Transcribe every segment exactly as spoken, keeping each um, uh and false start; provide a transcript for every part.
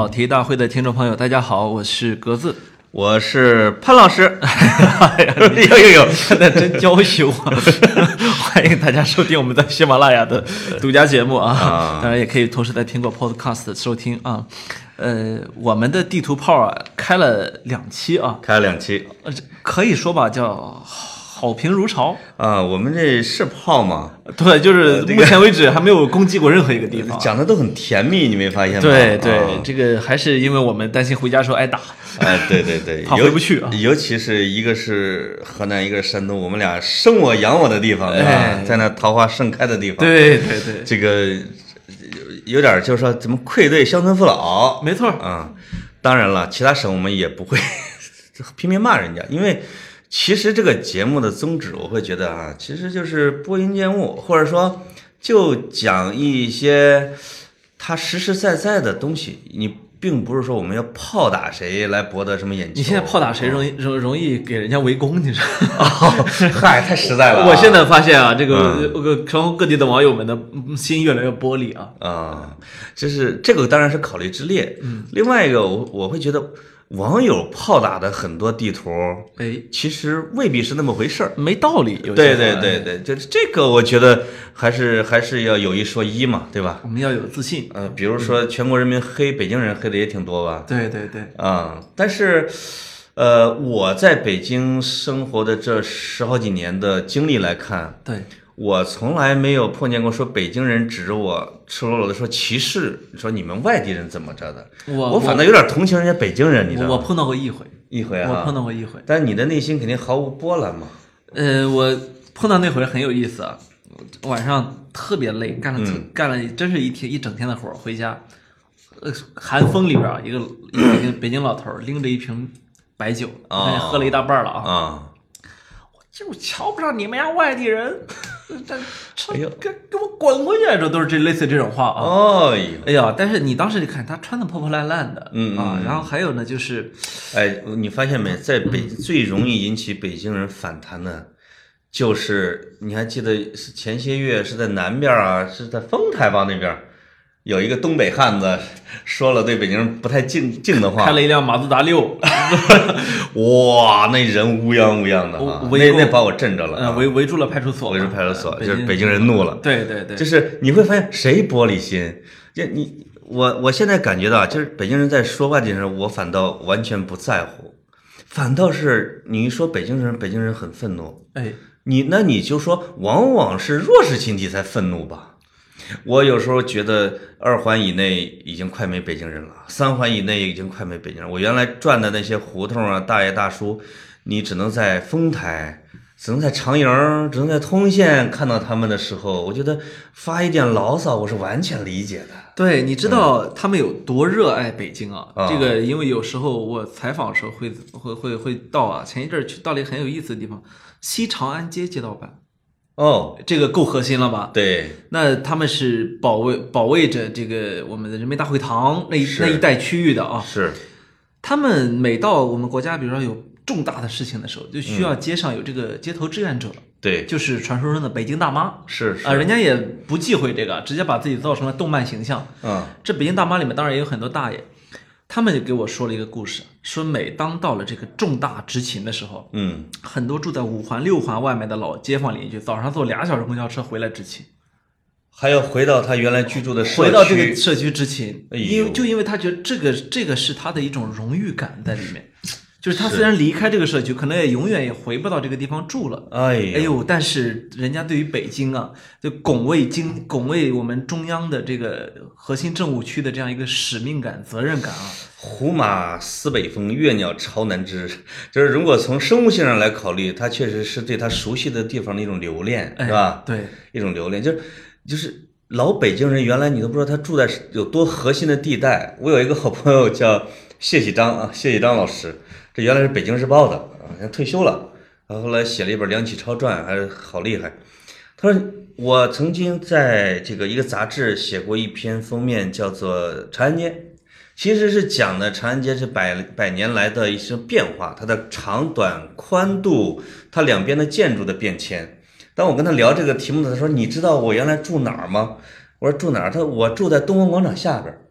跑题大会的听众朋友，大家好，我是格子， 我是潘老师。有有有， 现在真娇羞啊！欢迎大家收听我们在喜马拉雅的独家节目啊，啊当然也可以同时在苹果 Podcast 收听啊。呃，我们的地图炮啊，开了两期啊， 开了两期， 呃，可以说吧，叫好评如潮啊。我们这是炮吗？ 对，就是目前为止还没有攻击过任何一个地方， 讲的都很甜蜜，你没发现吗？ 对对、 啊， 这个还是因为我们担心回家时候挨打。 哎，对对对， 怕回不去啊。 尤其是一个是河南，一个是山东，我们俩生我养我的地方，对吧？ 哎、 在那桃花盛开的地方。 对对对， 这个有点就是说怎么愧对乡村父老。 没错啊。当然了，其他省我们也不会拼命骂人家，因为其实这个节目的宗旨，我会觉得啊，其实就是拨云见雾，或者说就讲一些它实实在在的东西。你并不是说我们要炮打谁来博得什么眼球。 你现在炮打谁容易容容易给人家围攻，你知道吗？ 哦，嗨，太实在了、啊。 我现在发现啊，这个呃，全国各地的网友们的心越来越玻璃啊。 啊，就是这个当然是考虑之列。 嗯， 另外一个我我会觉得。网友炮打的很多地图， 哎， 其实未必是那么回事儿， 没道理。有对对对对，就是这个，我觉得还是还是要有一说一嘛，对吧？ 我们要有自信。 呃，比如说全国人民黑北京人黑的也挺多吧？ 对对对。 啊、嗯，但是，呃，我在北京生活的这十好几年的经历来看， 对。 我从来没有碰见过说北京人指着我赤裸裸的说歧视，说你们外地人怎么着的。 我我反倒有点同情人家北京人，你知道吗？ 我碰到过一回， 一回啊， 我碰到过一回。 但是你的内心肯定毫无波澜嘛。 呃，我碰到那回很有意思啊，晚上特别累，干了、 嗯、 干了真是一天一整天的活，回家，呃，寒风里边一个一个北京北京老头拎着一瓶白酒，哦、喝了一大半了啊。 啊就瞧不上你们家外地人，这这给给我滚回去！这都是这类似这种话啊。 哦， 哎呀，但是你当时你看他穿的破破烂烂的， 嗯啊，然后还有呢就是， 哎，你发现没，在北最容易引起北京人反弹的，就是你还记得是前些月是在南边啊，是在丰台吧那边。有一个东北汉子说了对北京人不太敬敬的话， 开了一辆马自达六， 哇，那人乌泱乌泱的啊，那那把我震着了， 呃，围围住了派出所， 围住派出所，就是北京人怒了， 对对对， 就是你会发现谁玻璃心，就你我我现在感觉到，就是北京人在说外地人，我反倒完全不在乎，反倒是你一说北京人，北京人很愤怒， 哎， 你那你就说，往往是弱势群体才愤怒吧。我有时候觉得二环以内已经快没北京人了，三环以内已经快没北京人。我原来转的那些胡同啊，大爷大叔，你只能在丰台，只能在长营，只能在通县看到他们的时候，我觉得发一点牢骚，我是完全理解的。 对，你知道他们有多热爱北京啊？ 嗯、 这个因为有时候我采访的时候会会会会到啊，前一阵去到了一个很有意思的地方，西长安街街道办。 哦， 这个够核心了吧？ 对， 那他们是保卫保卫着这个我们的人民大会堂那一那一带区域的啊。 是， 他们每到我们国家，比如说有重大的事情的时候，就需要街上有这个街头志愿者。 对、嗯， 就是传说中的北京大妈。 是啊、呃，人家也不忌讳这个，直接把自己造成了动漫形象。 嗯， 这北京大妈里面当然也有很多大爷。他们就给我说了一个故事，说每当到了这个重大执勤的时候， 嗯， 很多住在五环六环外面的老街坊邻居，早上坐俩小时公交车回来执勤， 还要回到他原来居住的社区， 回到这个社区执勤， 哎、 因为就因为他觉得这个这个是他的一种荣誉感在里面。就是他虽然离开这个社区，可能也永远也回不到这个地方住了。 哎哎呦，但是人家对于北京啊，就拱卫京拱卫我们中央的这个核心政务区的这样一个使命感、责任感啊。 胡马思北风，越鸟巢南枝。就是如果从生物性上来考虑，它确实是对他熟悉的地方的一种留恋， 哎、 是吧？ 对， 一种留恋，就是就是老北京人，原来你都不知道他住在有多核心的地带。我有一个好朋友叫谢喜章啊，谢喜章老师。这原来是北京日报的啊，人退休了，然后后来写了一本《梁启超传》，还是好厉害。他说我曾经在这个一个杂志写过一篇封面，叫做《长安街》，其实是讲的长安街这百百年来的一些变化，它的长短、宽度，它两边的建筑的变迁。当我跟他聊这个题目的时候，他说：“你知道我原来住哪儿吗？”我说：“住哪儿？”他说：“我住在东方广场下边。”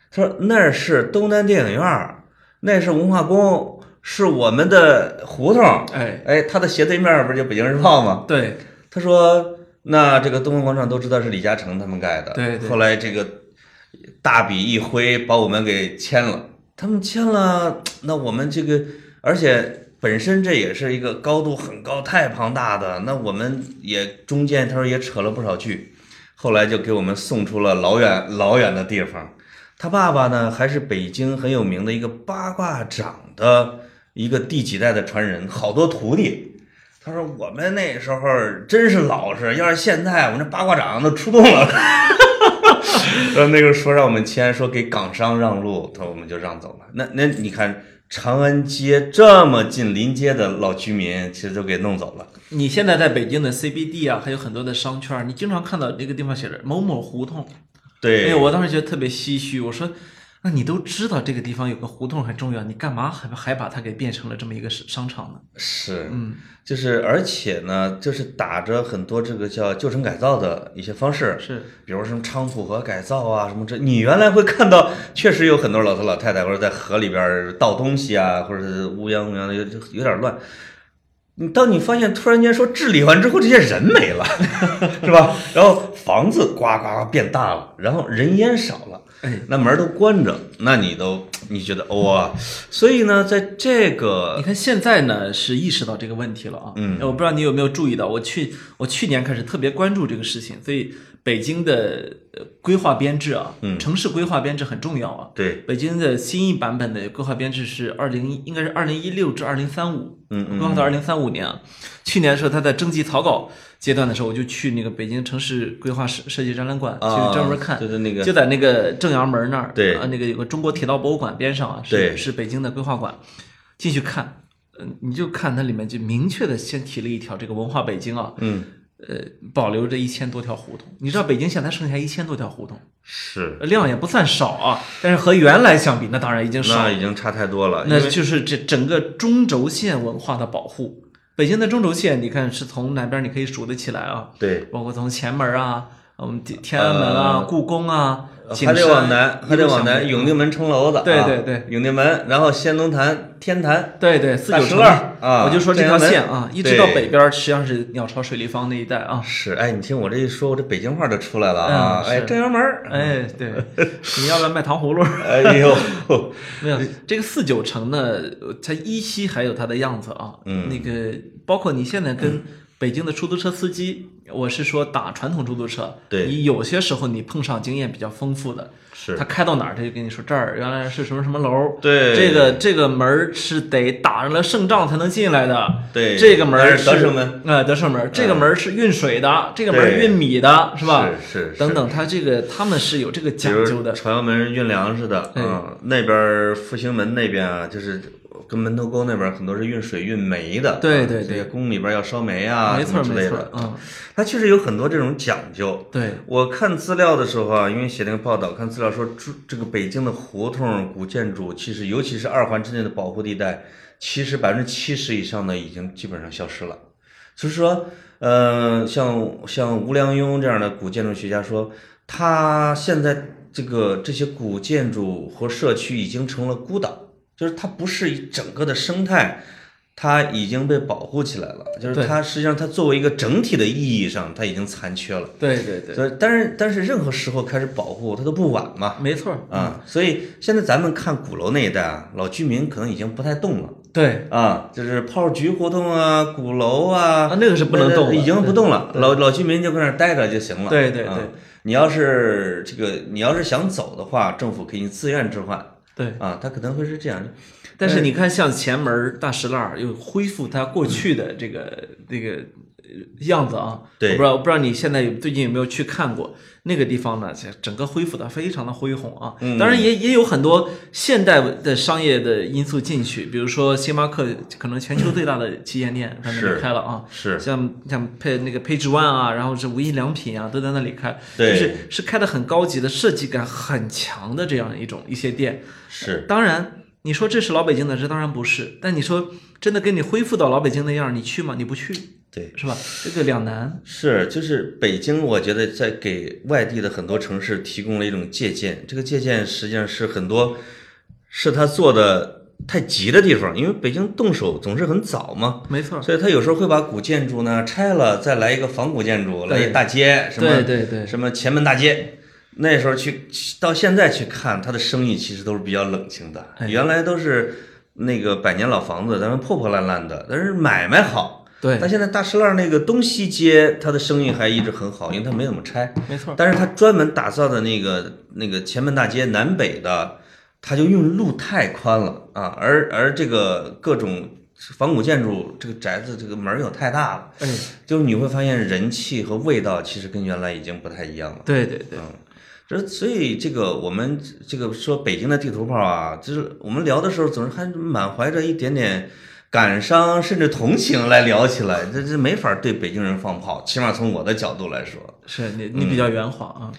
他说那是东南电影院，那是文化宫，是我们的胡同。 哎哎，他的斜对面不是就北京日报吗？ 对， 他说那这个东方广场都知道是李嘉诚他们盖的， 对对。 后来这个大笔一挥把我们给签了，他们签了，那我们这个而且。本身这也是一个高度很高、太庞大的，那我们也中间他说也扯了不少剧，后来就给我们送出了老远老远的地方。他爸爸呢还是北京很有名的一个八卦掌的一个第几代的传人，好多徒弟。他说我们那时候真是老实，要是现在我们这八卦掌都出动了。然后那个说让我们签，说给港商让路，他说我们就让走了。那那你看。长安街这么近临街的老居民，其实都给弄走了。 你现在在北京的 C B D 啊，还有很多的商圈，你经常看到这个地方写着某某胡同。 对， 哎，我当时觉得特别唏嘘，我说，那你都知道这个地方有个胡同很重要，你干嘛还还把它给变成了这么一个商场呢？ 是， 嗯， 就是而且呢，就是打着很多这个叫旧城改造的一些方式， 是， 比如什么昌浦河改造啊，什么这，你原来会看到，确实有很多老头老太太或者在河里边倒东西啊，或者是乌泱乌泱的，有有点乱。你当你发现突然间说治理完之后，这些人没了，是吧？然后房子呱呱呱变大了，然后人烟少了。 哎， 那门都关着，那你都你觉得哇？所以呢，在这个你看现在呢是意识到这个问题了啊。 嗯， 我不知道你有没有注意到，我去我去年开始特别关注这个事情，所以北京的规划编制啊， 嗯， 城市规划编制很重要啊。 对， 北京的新一版本的规划编制是二零应该是二零一六至二零三五， 嗯嗯， 规划到二零三五年啊。去年的时候，他在征集草稿阶段的时候，我就去那个北京城市规划设设计展览馆去专门看， 对对，那个就在那个正阳门那儿， 对啊，那个有个中国铁道博物馆边上啊，是是北京的规划馆，进去看，嗯，你就看它里面就明确的先提了一条这个文化北京啊， 嗯， 呃，保留着一千多条胡同，你知道北京现在剩下一千多条胡同， 是量也不算少啊，但是和原来相比，那当然已经少， 那已经差太多了， 那就是这整个中轴线文化的保护。北京的中轴线，你看是从哪边你可以数得起来啊？ 对， 包括从前门啊，我们天安门啊， 呃、 故宫啊， 还得往南，还得往南，永定门城楼子， 对对对， 啊、永定门，然后先农坛、天坛， 对对，四九城啊， 我就说这条线啊，一直到北边，实际上是鸟巢水立方那一带啊。 是，哎，你听我这一说，我这北京话都出来了啊！ 嗯、 哎，正阳门， 哎，对，你要不要卖糖葫芦？ 哎呦， 没有，这个四九城呢，它依稀还有它的样子啊。 嗯， 那个包括你现在跟北京的出租车司机，我是说打传统出租车， 对， 你有些时候你碰上经验比较丰富的。 是他开到哪儿，他就跟你说这儿原来是什么什么楼， 对， 这个这个门是得打上了胜仗才能进来的， 对， 这个门是德胜门， 呃，德胜门，这个门是运水的， 嗯、 这个门运米的，是吧？ 是是等等，他这个他们是有这个讲究的。 朝阳门运粮食的，嗯，那边复兴门那边啊，就是跟门头沟那边很多是运水运煤的， 对对对， 宫里边要烧煤啊， 没错之类的， 嗯， 它确实有很多这种讲究。 对， 我看资料的时候啊，因为写那个报道，看资料说，这个北京的胡同古建筑，其实尤其是二环之内的保护地带，其实百分之七十以上的已经基本上消失了。就是说，呃，像像吴良镛这样的古建筑学家说，他现在这个这些古建筑和社区已经成了孤岛。就是它不是一整个的生态，它已经被保护起来了。就是它实际上它作为一个整体的意义上，它已经残缺了。 对对对。 所以，但是但是任何时候开始保护它都不晚嘛。 没错啊、嗯。所以现在咱们看鼓楼那一带啊，老居民可能已经不太动了。 对啊，就是炮局胡同啊、鼓楼啊， 啊那个是不能动了， 已经不动了。老老居民就搁那儿待着就行了。 对对对。 啊、你要是这个，你要是想走的话，政府可以自愿置换。 对啊，它可能会是这样。 但是你看，像前门大石栏又恢复它过去的这个这个样子啊。 对， 我不知道，我不知道你现在有最近有没有去看过那个地方呢？整个恢复的非常的恢宏啊。 嗯、 当然也也有很多现代的商业的因素进去，比如说星巴克可能全球最大的旗舰店在那里开了啊。 是。 像像配那个 Page One 啊，然后是无印良品啊，都在那里开。 对。 就是是开的很高级的，设计感很强的这样一种一些店。 是。 当然。 你说这是老北京的，这当然不是。但你说真的给你恢复到老北京那样，你去吗？你不去， 对， 是吧？这个两难。 是，就是北京，我觉得在给外地的很多城市提供了一种借鉴。这个借鉴实际上是很多是他做的太急的地方，因为北京动手总是很早嘛， 没错。 所以他有时候会把古建筑呢拆了，再来一个仿古建筑，来一大街，什么对对对， 什么前门大街。那时候去到现在去看，他的生意其实都是比较冷清的。 哎、 原来都是那个百年老房子，咱们破破烂烂的，但是买卖好。 对。 但现在大石栏那个东西街，他的生意还一直很好，因为他没怎么拆。 没错。 但是他专门打造的那个那个前门大街南北的，他就用路太宽了啊，而而这个各种仿古建筑，这个宅子这个门又太大了。 哎， 就是你会发现人气和味道其实跟原来已经不太一样了。 对对对。 嗯。这所以这个我们这个说北京的地图炮啊，就是我们聊的时候总是还满怀着一点点感伤甚至同情来聊起来，这这没法对北京人放炮，起码从我的角度来说。 是你你比较圆滑啊。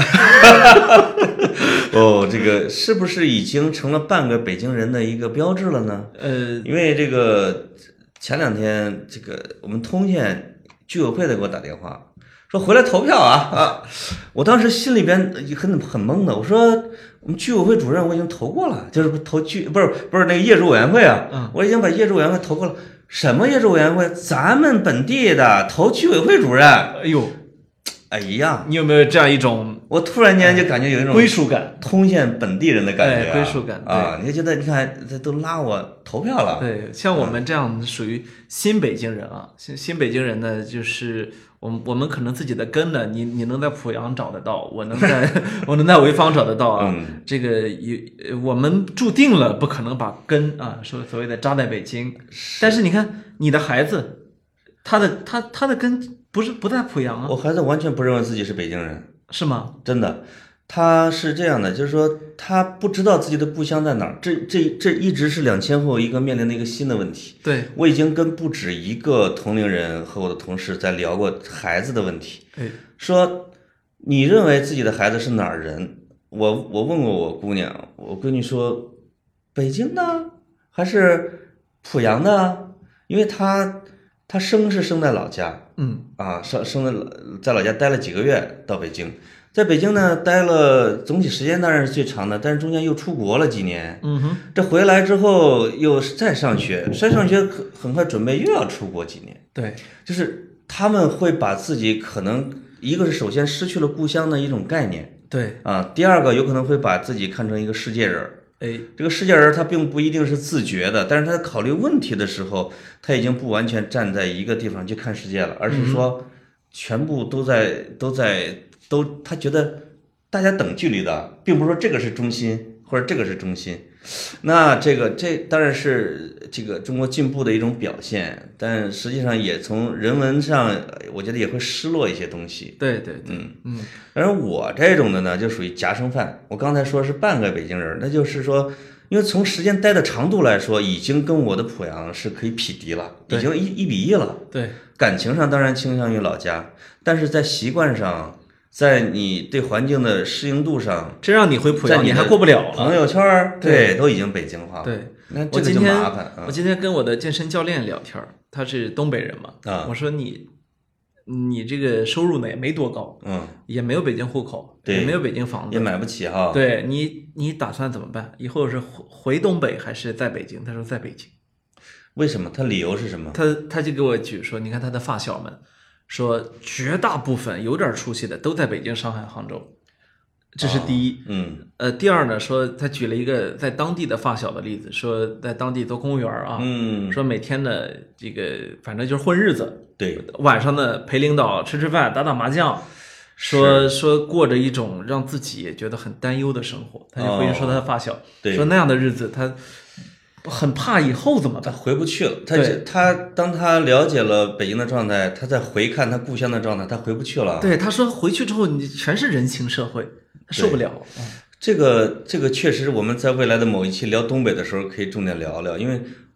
哦，这个是不是已经成了半个北京人的一个标志了呢？ 呃， 因为这个前两天这个我们通县居委会的给我打电话。说回来投票啊啊！我当时心里边很很懵的，我说我们居委会主任我已经投过了，就是投居不是不是那个业主委员会啊， 嗯， 我已经把业主委员会投过了。什么业主委员会？咱们本地的投居委会主任。 哎呦， 哎呀， 你有没有这样一种？ 我突然间就感觉有一种归属感， 通县本地人的感觉、啊哎，归属感啊！你就觉得你看这都拉我投票了。 对，像我们这样属于新北京人啊，新新北京人呢，就是我们我们可能自己的根呢，你你能在濮阳找得到，我能在我能在潍坊找得到啊。 嗯、 这个有我们注定了不可能把根啊，说所谓的扎在北京。但是你看你的孩子，他的他他的根不是不在濮阳啊。 我孩子完全不认为自己是北京人。 是吗？ 真的，他是这样的，就是说他不知道自己的故乡在哪儿，这这这一直是两千后一个面临的一个新的问题。 对， 我已经跟不止一个同龄人和我的同事在聊过孩子的问题。 哎， 说你认为自己的孩子是哪儿人？我我问过我姑娘，我闺女说，北京的还是濮阳的？因为她她生是生在老家。 嗯啊，生生在在老家待了几个月，到北京，在北京呢待了总体时间当然是最长的，但是中间又出国了几年。 嗯哼， 这回来之后又再上学，再上学很很快准备又要出国几年。 对， 就是他们会把自己可能一个是首先失去了故乡的一种概念， 对啊，第二个有可能会把自己看成一个世界人。 哎， 这个世界人他并不一定是自觉的，但是他在考虑问题的时候，他已经不完全站在一个地方去看世界了，而是说全部都在都在都，他觉得大家等距离的，并不是说这个是中心或者这个是中心。那这个这当然是这个中国进步的一种表现，但实际上也从人文上，我觉得也会失落一些东西。 对对对， 嗯嗯。 而我这种的呢，就属于夹生饭。我刚才说是半个北京人，那就是说，因为从时间待的长度来说，已经跟我的濮阳是可以匹敌了，已经一一比一了。 对， 感情上当然倾向于老家，但是在习惯上，在你对环境的适应度上， 真让你回濮阳，你还过不了。 朋友圈对都已经北京化了。 对， 那这个就麻烦。 我今天我今天跟我的健身教练聊天，他是东北人嘛， 啊， 我说你你这个收入呢也没多高， 嗯， 也没有北京户口， 对， 也没有北京房子， 也买不起哈。 对你你打算怎么办？以后是回回东北还是在北京？他说在北京。 为什么？他理由是什么？ 他他就给我举说，你看他的发小们，说绝大部分有点出息的都在北京、上海、杭州，这是第一。 哦、嗯， 呃，第二呢，说他举了一个在当地的发小的例子，说在当地做公务员啊， 嗯， 说每天呢这个反正就是混日子， 对， 晚上呢陪领导吃吃饭、打打麻将。说说过着一种让自己也觉得很担忧的生活，他就回去说他的发小， 哦、 说那样的日子他很怕以后怎么办， 他回不去了。他他当他了解了北京的状态，他再回看他故乡的状态，他回不去了。 对，他说回去之后你全是人情社会，他受不了。 这个这个确实我们在未来的某一期聊东北的时候可以重点聊聊，因为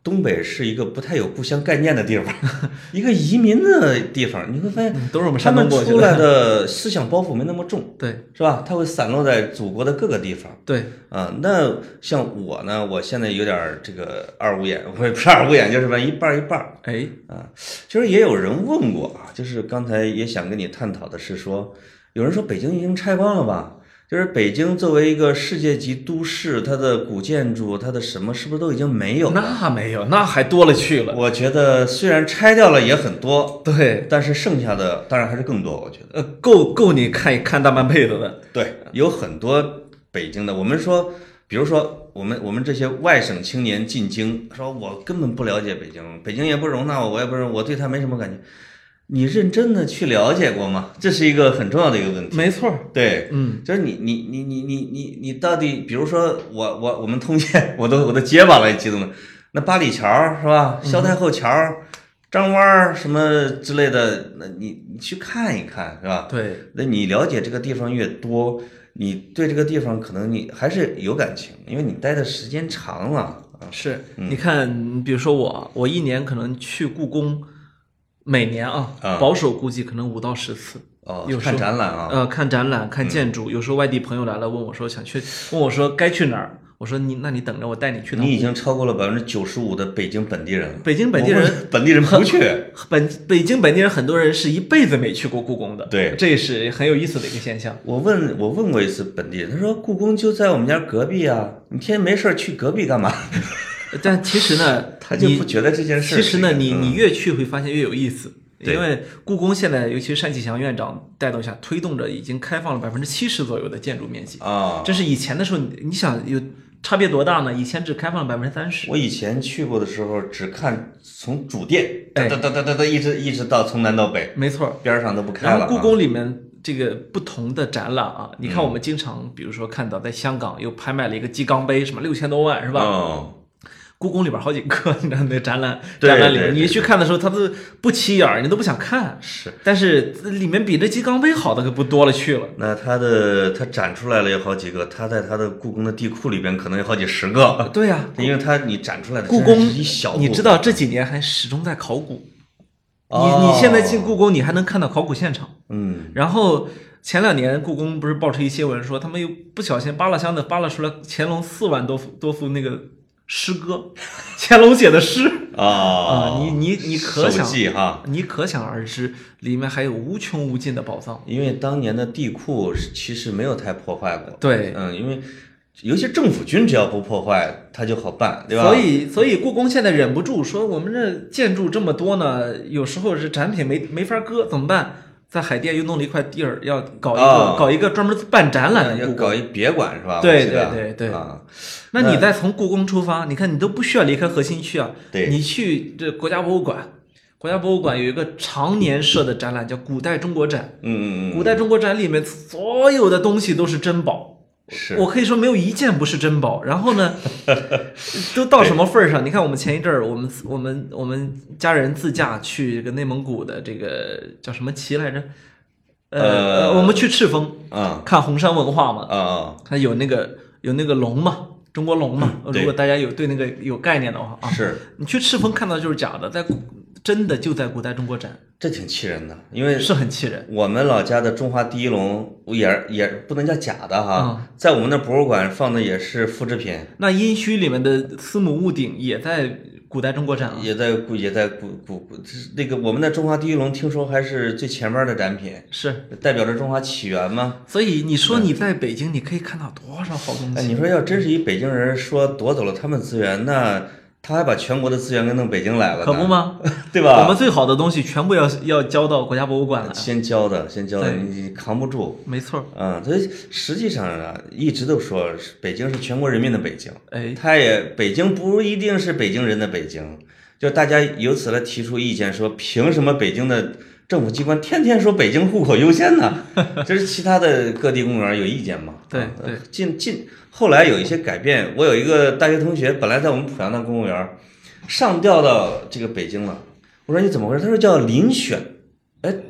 东北是一个不太有故乡概念的地方，一个移民的地方，你会发现都是我们他们山东过去的出来的思想包袱没那么重， 对， 是吧？它会散落在祖国的各个地方。 对啊，那像我呢，我现在有点这个二五眼，不是不是二五眼，就是一半一半。 哎啊，其实也有人问过啊，就是刚才也想跟你探讨的是说，有人说北京已经拆光了吧？就是北京作为一个世界级都市，它的古建筑，它的什么是不是都已经没有了？ 那没有，那还多了去了。 我觉得虽然拆掉了也很多， 对， 但是剩下的当然还是更多。我觉得， 呃，够够你看看大半辈子的。 对，有很多北京的，我们说，比如说我们我们这些外省青年进京，说我根本不了解北京，北京也不容纳我，我也不是，我对它没什么感觉。你认真的去了解过吗？这是一个很重要的一个问题。 没错， 对， 嗯， 就是你你你你你你你到底，比如说我我我们通县，我都我都结巴了，激动的。那八里桥是吧？萧太后桥、张湾什么之类的，那你你去看一看是吧？ 对， 那你了解这个地方越多，你对这个地方可能你还是有感情，因为你待的时间长了。 是， 嗯、 你看，比如说我，我一年可能去故宫。每年啊， 啊保守估计可能五到十次。 哦， 有时候看展览啊， 呃，看展览、看建筑，嗯、有时候外地朋友来了，问我说想去，问我说该去哪儿，我说你那你等着，我带你去。 你已经超过了百分之九十五的北京本地人了。 北京本地人， 本地人不去。 本北京本地人很多人是一辈子没去过故宫的， 对， 这是很有意思的一个现象。 我问我问过一次本地人，他说故宫就在我们家隔壁啊，你天天没事去隔壁干嘛？ 但其实呢， 他就不觉得这件事。 其实呢，你嗯、 你越去会发现越有意思。因为故宫现在，尤其是单霁翔院长带动下，推动着已经开放了百分之七十左右的建筑面积啊。 这是以前的时候，你想有差别多大呢？以前只开放了百分之三十。 我以前去过的时候，只看从主殿，哒哒哒哒哒哒，一直一直到从南到北， 没错， 边上都不开了。 然后故宫里面这个不同的展览啊，你看我们经常，比如说看到在香港又拍卖了一个鸡缸杯，什么六千多万，是吧？ 哦。 故宫里边好几个，你知道那展览展览里面，你去看的时候，它都不起眼，你都不想看。 是， 但是里面比这鸡缸杯好的可不多了去了。 那它的它展出来了有好几个，它在它的故宫的地库里边可能有好几十个。 对呀、 啊，因为它你展出来的故宫一小部分， 你知道这几年还始终在考古。哦、你你现在进故宫，你还能看到考古现场。 嗯， 然后前两年故宫不是爆出一新闻说，他们又不小心扒拉箱子扒拉出来乾隆四万多幅多幅那个。诗歌，乾隆写的诗啊、 哦、啊，你你你可想哈， 你可想而知，里面还有无穷无尽的宝藏。 因为当年的地库其实没有太破坏过， 对， 嗯，因为尤其政府军只要不破坏，它就好办，对吧？ 所以所以故宫现在忍不住说，我们这建筑这么多呢，有时候是展品没没法搁，怎么办？在海淀又弄了一块地儿，要搞一个、哦、搞一个专门办展览的故宫， 要搞一别馆是吧？ 对对对对啊。 那你再从故宫出发，你看你都不需要离开核心区啊。 对， 你去这国家博物馆，国家博物馆有一个常年设的展览叫古代中国展。 嗯嗯嗯。 古代中国展里面所有的东西都是珍宝。 是我可以说没有一件不是珍宝。然后呢，都到什么份儿上？你看我们前一阵儿，我们我们我们家人自驾去这个内蒙古的这个叫什么旗来着？呃，呃我们去赤峰啊， 看红山文化嘛。 啊啊， 它有那个有那个龙嘛，中国龙嘛。 嗯、 如果大家有对那个有概念的话啊， 是你去赤峰看到就是假的，在真的就在古代中国展。 这挺气人的，因为是很气人。 我们老家的中华第一龙也也不能叫假的哈， 嗯、 在我们的博物馆放的也是复制品。 那殷墟里面的司母戊鼎也在古代中国展啊， 也在古也在古古古那个我们的中华第一龙，听说还是最前面的展品， 是代表着中华起源嘛。 所以你说你在北京，你可以看到多少好东西。 哎，你说要真是一北京人说夺走了他们资源，那他还把全国的资源给弄北京来了， 可不吗？ 对吧？ 我们最好的东西全部要要交到国家博物馆来， 先交的，先交的，你扛不住。 没错， 嗯，所以实际上啊，一直都说北京是全国人民的北京， 哎， 他也北京不一定是北京人的北京，就大家由此来提出意见，说凭什么北京的政府机关天天说北京户口优先呢？这是其他的各地公务员有意见吗？ 对对， 近近后来有一些改变。我有一个大学同学，本来在我们濮阳当公务员，上调到这个北京了。我说你怎么回事？他说叫遴选。哎，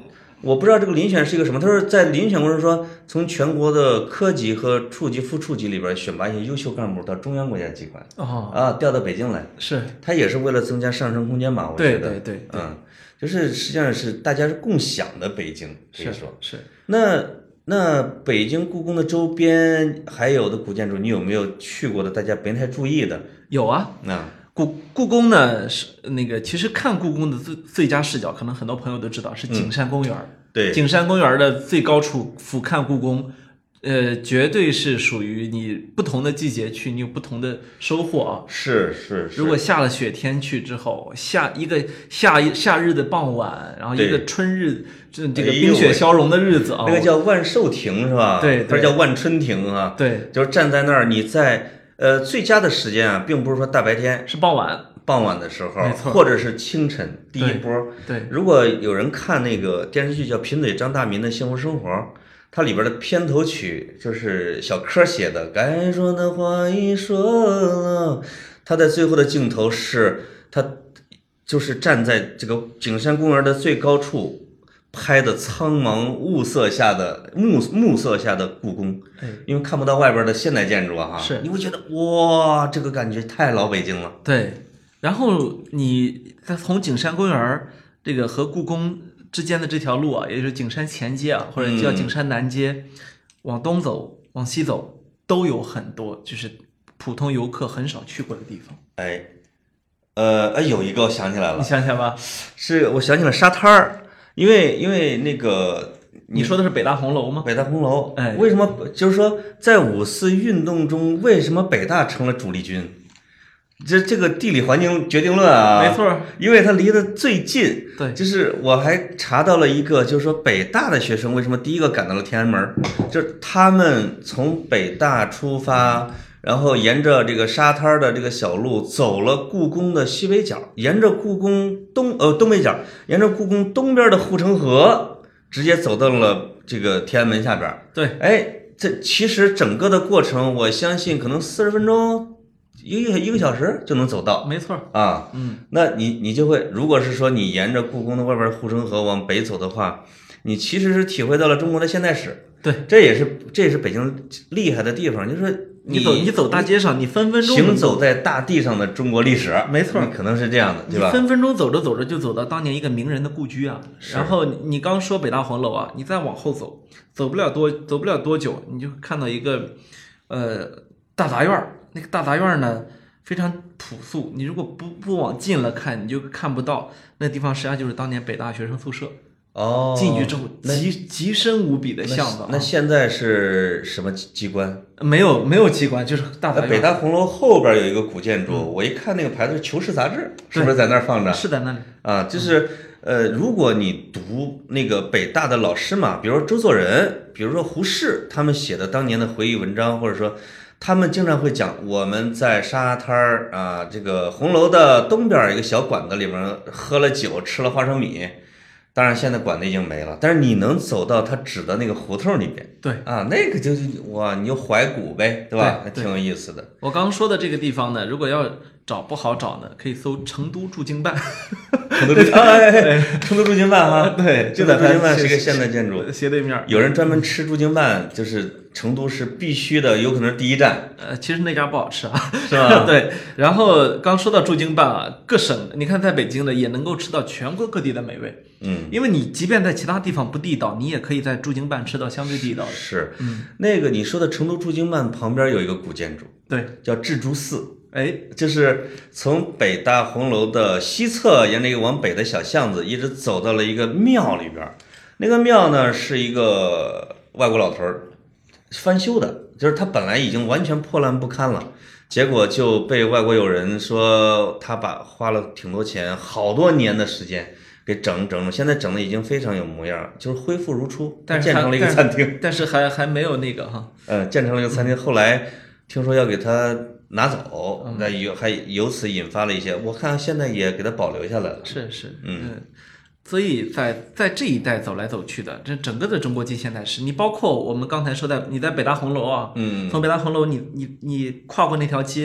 我不知道这个遴选是一个什么。他说在遴选过程中说，从全国的科级和处级、副处级里边选拔一些优秀干部到中央国家机关， 哦啊，调到北京来， 是他也是为了增加上升空间嘛，我觉对得， 对对对， 嗯，就是实际上是大家是共享的北京，可以说是。 那那北京故宫的周边还有的古建筑，你有没有去过的？大家没太注意的？ 有啊， 那故故宫呢是那个，其实看故宫的最最佳视角，可能很多朋友都知道是景山公园。嗯、 对， 景山公园的最高处俯瞰故宫，呃，绝对是属于你不同的季节去，你有不同的收获啊。 是是是。 如果下了雪天去之后，夏一个夏夏日的傍晚，然后一个春日，这这个冰雪消融的日子啊， 那个叫万寿亭是吧？ 对， 或者叫万春亭啊。 对， 就是站在那儿，你在呃最佳的时间啊，并不是说大白天， 是傍晚。 傍晚的时候， 没错， 或者是清晨第一波。 对，对如果有人看那个电视剧叫《贫嘴张大民的幸福生活》，它里边的片头曲就是小柯写的，该说的话已说了。他在最后的镜头是他就是站在这个景山公园的最高处拍的苍茫雾色下的暮暮色下的故宫，因为看不到外边的现代建筑啊，哈， 是你会觉得哇，这个感觉太老北京了。 对。然后你再从景山公园这个和故宫之间的这条路啊，也就是景山前街啊，或者叫景山南街，嗯、往东走、往西走，都有很多就是普通游客很少去过的地方。 哎，呃，哎，有一个我想起来了， 你想起来吧？ 是我想起了沙滩儿，因为因为那个。 你说的是北大红楼吗？ 北大红楼， 哎， 为什么就是说在五四运动中，为什么北大成了主力军？这这个地理环境决定论啊， 没错， 因为它离得最近。 对， 就是我还查到了一个，就是说北大的学生为什么第一个赶到了天安门，就是他们从北大出发，然后沿着这个沙滩的这个小路走了故宫的西北角，沿着故宫东呃东北角，沿着故宫东边的护城河，直接走到了这个天安门下边。 对， 哎，这其实整个的过程，我相信可能四十分钟。一个一个小时就能走到， 没错啊， 嗯， 那你你就会，如果是说你沿着故宫的外边护城河往北走的话，你其实是体会到了中国的现代史。 对， 这也是这也是北京厉害的地方，就是你走你走大街上，你分分钟行走在大地上的中国历史， 没错， 可能是这样的，对吧？ 你分分钟走着走着就走到当年一个名人的故居啊。然后你刚说北大红楼啊，你再往后走，走不了多走不了多久，你就看到一个呃大杂院。那个大杂院呢非常朴素，你如果不不往近了看，你就看不到那地方实际上就是当年北大学生宿舍。 哦， 进去之后极极深无比的巷子、啊。 那现在是什么机关？ 没有没有机关，就是大杂院。 北大红楼后边有一个古建筑，嗯、我一看那个牌子是《求是》杂志，是不是在那儿放着？ 是在那里啊，就是呃，如果你读那个北大的老师嘛，比如说周作人，比如说胡适，他们写的当年的回忆文章，或者说。他们经常会讲，我们在沙滩儿啊，这个红楼的东边一个小馆子里面喝了酒，吃了花生米。当然，现在馆子已经没了，但是你能走到他指的那个胡同里边， 对啊，那个就是哇，你就怀古呗，对吧？还挺有意思的。 我刚说的这个地方呢，如果要找不好找呢，可以搜成都驻京办。 成都驻哎，成都驻京办哈， 对， 就在驻京办是个现代建筑， 斜对面。 有人专门吃驻京办，就是成都是必须的，有可能是第一站。 呃，其实那家不好吃啊， 是吧？ 对。然后刚说到驻京办啊，各省你看在北京的也能够吃到全国各地的美味。 嗯， 因为你即便在其他地方不地道，你也可以在驻京办吃到相对地道的。 是， 嗯， 那个你说的成都驻京办旁边有一个古建筑， 对， 叫智珠寺。 哎， 就是从北大红楼的西侧，沿着一个往北的小巷子，一直走到了一个庙里边。那个庙呢，是一个外国老头儿翻修的，就是他本来已经完全破烂不堪了，结果就被外国友人说他把花了挺多钱，好多年的时间给整整整，现在整的已经非常有模样，就是恢复如初， 但是建成了一个餐厅， 但是还还没有那个哈， 呃，建成了一个餐厅，后来听说要给他拿走，那有还由此引发了一些，我看现在也给他保留下来了。 是是， 嗯， 所以在在这一带走来走去的，这整个的中国近现代史，你包括我们刚才说的，你在北大红楼啊， 嗯， 从北大红楼你你你跨过那条街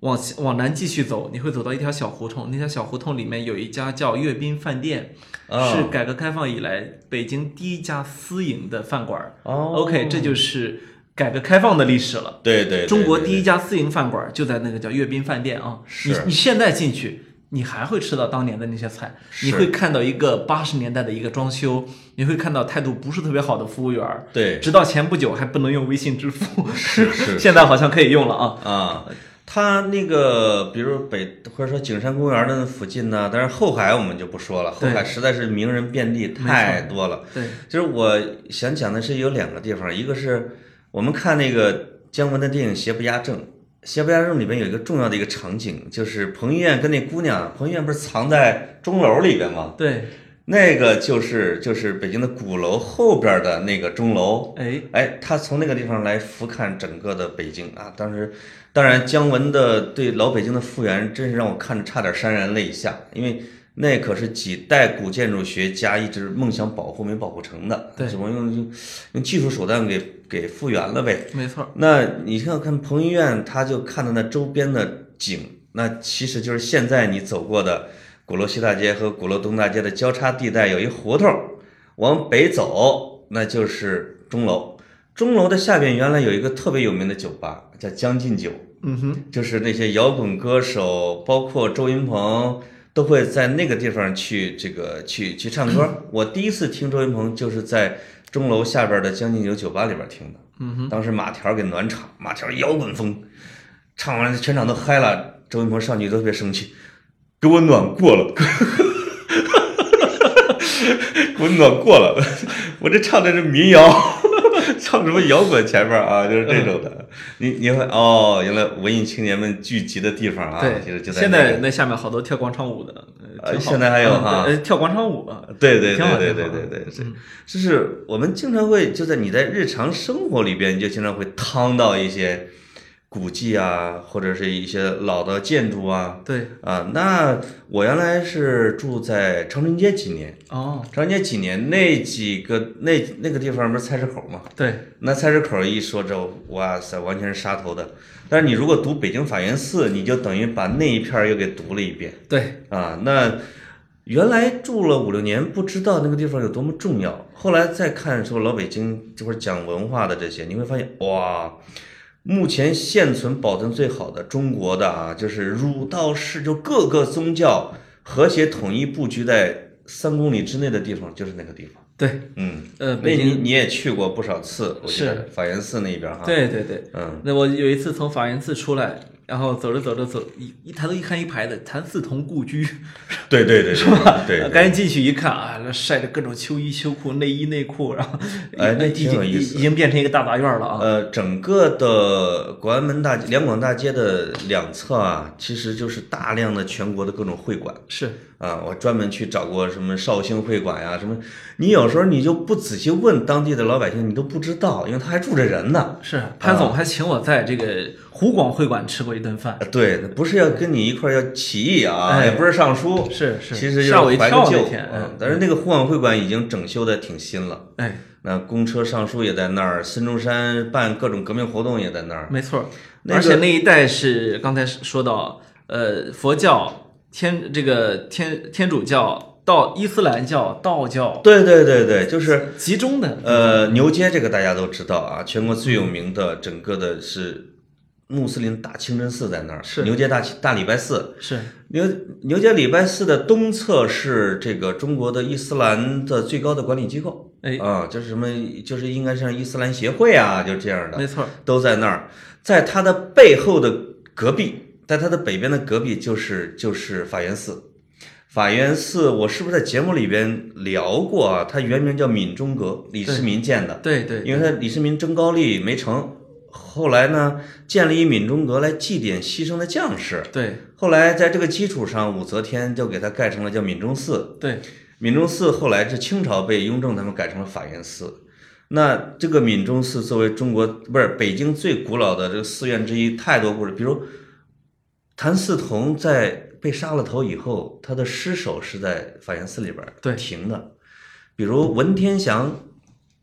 往往南继续走，你会走到一条小胡同，那条小胡同里面有一家叫阅兵饭店， 哦、 是改革开放以来北京第一家私营的饭馆。 哦 OK， 这就是改革开放的历史了。 对 对, 对, 对， 中国第一家私营饭馆就在那个叫阅兵饭店啊。你你现在进去，你还会吃到当年的那些菜，你会看到一个八十年代的一个装修，你会看到态度不是特别好的服务员。 对， 直到前不久还不能用微信支付， 是是， 现在好像可以用了啊啊。他那个，比如北或者说景山公园的附近呢，但是后海我们就不说了，后海实在是名人遍地，太多了。 对， 就是我想讲的是有两个地方，一个是我们看那个姜文的电影《邪不压正》，《邪不压正》里边有一个重要的一个场景，就是彭于晏跟那姑娘，彭于晏不是藏在钟楼里边吗？ 对。 那个就是就是北京的鼓楼后边的那个钟楼， 哎哎，他从那个地方来俯瞰整个的北京啊。当时，当然姜文的对老北京的复原，真是让我看着差点潸然泪下，因为那可是几代古建筑学家一直梦想保护没保护成的， 对， 只不过用用技术手段给给复原了呗。 没错。 那你看看彭于晏，他就看到那周边的景，那其实就是现在你走过的鼓楼西大街和鼓楼东大街的交叉地带有一胡同，往北走那就是钟楼。钟楼的下边原来有一个特别有名的酒吧，叫将进酒。 嗯哼， 就是那些摇滚歌手，包括周云鹏，都会在那个地方去这个去去唱歌。我第一次听周云鹏就是在钟楼下边的将进酒酒吧里边听的。 嗯哼， 当时马条给暖场，马条摇滚风，唱完全场都嗨了，周云鹏上去都特别生气。给我暖过了，给我暖过了，我这唱的是民谣，唱什么摇滚前面啊，就是这种的。你你会哦，原来文艺青年们聚集的地方啊， 对， 其实就在、 那个、现在那下面好多跳广场舞的， 呃，现在还有哈， 呃，跳广场舞啊， 对对对对对对对，是，就是我们经常会就在你在日常生活里边，你就经常会趟到一些古迹啊，或者是一些老的建筑啊。 对啊，那我原来是住在长春街几年。 哦， 长春街几年，那几个那那个地方不是菜市口吗？ 对， 那菜市口一说这，哇塞，完全是杀头的。但是你如果读北京法源寺，你就等于把那一片又给读了一遍。 对啊，那原来住了五六年，不知道那个地方有多么重要。后来再看说老北京这会儿讲文化的这些，你会发现哇。目前现存保存最好的中国的啊，就是儒道释，就各个宗教和谐统一布局在三公里之内的地方，就是那个地方。 对， 嗯， 呃，北京你也去过不少次， 是法源寺那边哈。 对对对， 嗯， 那我有一次从法源寺出来，然后走着走着走，一一抬头一看一排的谭嗣同故居， 对对对， 是吧？ 对， 赶紧进去一看啊，那晒着各种秋衣秋裤、内衣内裤，然后哎，那挺有意思， 已经变成一个大杂院了啊。 呃，整个的广安门大街、两广大街的两侧啊，其实就是大量的全国的各种会馆。 是啊，我专门去找过什么绍兴会馆呀，什么，你有时候你就不仔细问当地的老百姓，你都不知道，因为他还住着人呢。 是，潘总还请我在这个湖广会馆吃过一顿饭。 啊、对，不是要跟你一块儿要起义啊， 哎、 也不是上书， 是是， 其实吓我一跳那天。 嗯，但是那个湖广会馆已经整修的挺新了。 哎， 那公车上书也在那儿，孙中山办各种革命活动也在那儿。 没错， 那个、 而且那一带是刚才说到，呃，佛教。天这个天天主教到伊斯兰教、道教， 对对对对，就是集中的。 呃，牛街这个大家都知道啊，全国最有名的，整个的是穆斯林大清真寺在那儿， 是牛街大大礼拜寺， 是牛牛街礼拜寺的东侧是这个中国的伊斯兰的最高的管理机构， 哎啊，就是什么，就是应该像伊斯兰协会啊，就这样的， 没错， 都在那儿，在它的背后的隔壁。在它的北边的隔壁就是就是法源寺，法源寺我是不是在节目里边聊过啊？它原名叫闽中阁，李世民建的。 对 对, 对， 因为他李世民征高丽没成，后来呢建了一闽中阁来祭奠牺牲的将士。 对， 后来在这个基础上，武则天就给它盖成了叫闽中寺。 对， 闽中寺后来是清朝被雍正他们改成了法源寺。那这个闽中寺作为中国不是北京最古老的这个寺院之一，太多故事，比如。谭嗣同在被杀了头以后，他的尸首是在法源寺里边停的。比如文天祥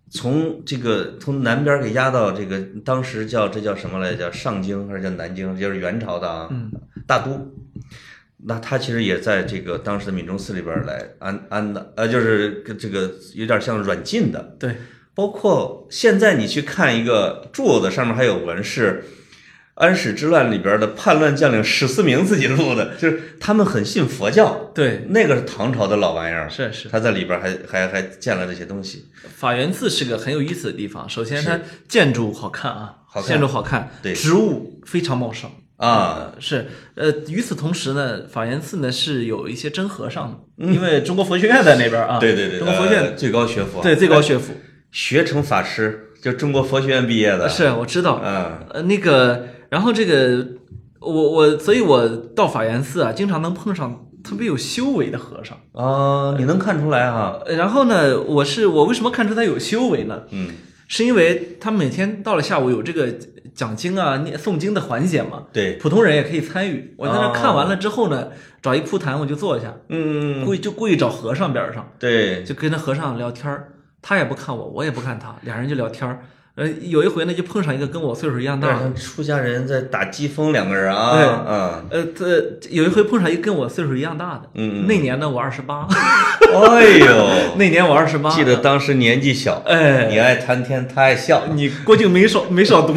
从这个从南边给压到这个当时叫这叫什么来着？叫上京还是叫南京？就是元朝的啊， 嗯， 大都。那他其实也在这个当时的闽中寺里边来安安的，呃，就是这个有点像软禁的。 对， 包括现在你去看一个柱子，上面还有纹是安史之乱里边的叛乱将领史思明自己录的，就是他们很信佛教。 对， 那个是唐朝的老玩意儿， 是是， 他在里边还还还建了这些东西。 法源寺是个很有意思的地方，首先它建筑好看啊， 好看， 建筑好看， 对， 植物非常茂盛。 啊、 呃，是，呃，与此同时呢，法源寺呢是有一些真和尚的，嗯、因为中国佛学院在那边啊， 对对对， 中国佛学院、 呃、最高学府， 对最高学府， 学成法师，就中国佛学院毕业的， 是我知道， 嗯， 呃，那个，然后这个，我我，所以我到法源寺啊，经常能碰上特别有修为的和尚啊、呃，你能看出来哈、 呃。然后呢，我是我为什么看出他有修为呢？ 嗯。 是因为他每天到了下午有这个讲经啊、念诵经的环节嘛， 对， 普通人也可以参与。我在那看完了之后呢，哦、找一铺坛我就坐下， 嗯， 故意就故意找和尚边上， 对， 就跟那和尚聊天他也不看我，我也不看他，俩人就聊天呃，有一回呢，就碰上一个跟我岁数一样大的出家人在打机锋，两个人啊， 对， 嗯， 呃，这有一回碰上一个跟我岁数一样大的， 嗯， 那年呢我二十八， 哎呦， 那年我二十八， 记得当时年纪小， 哎， 你爱谈天，他爱笑， 你郭靖没少没少读，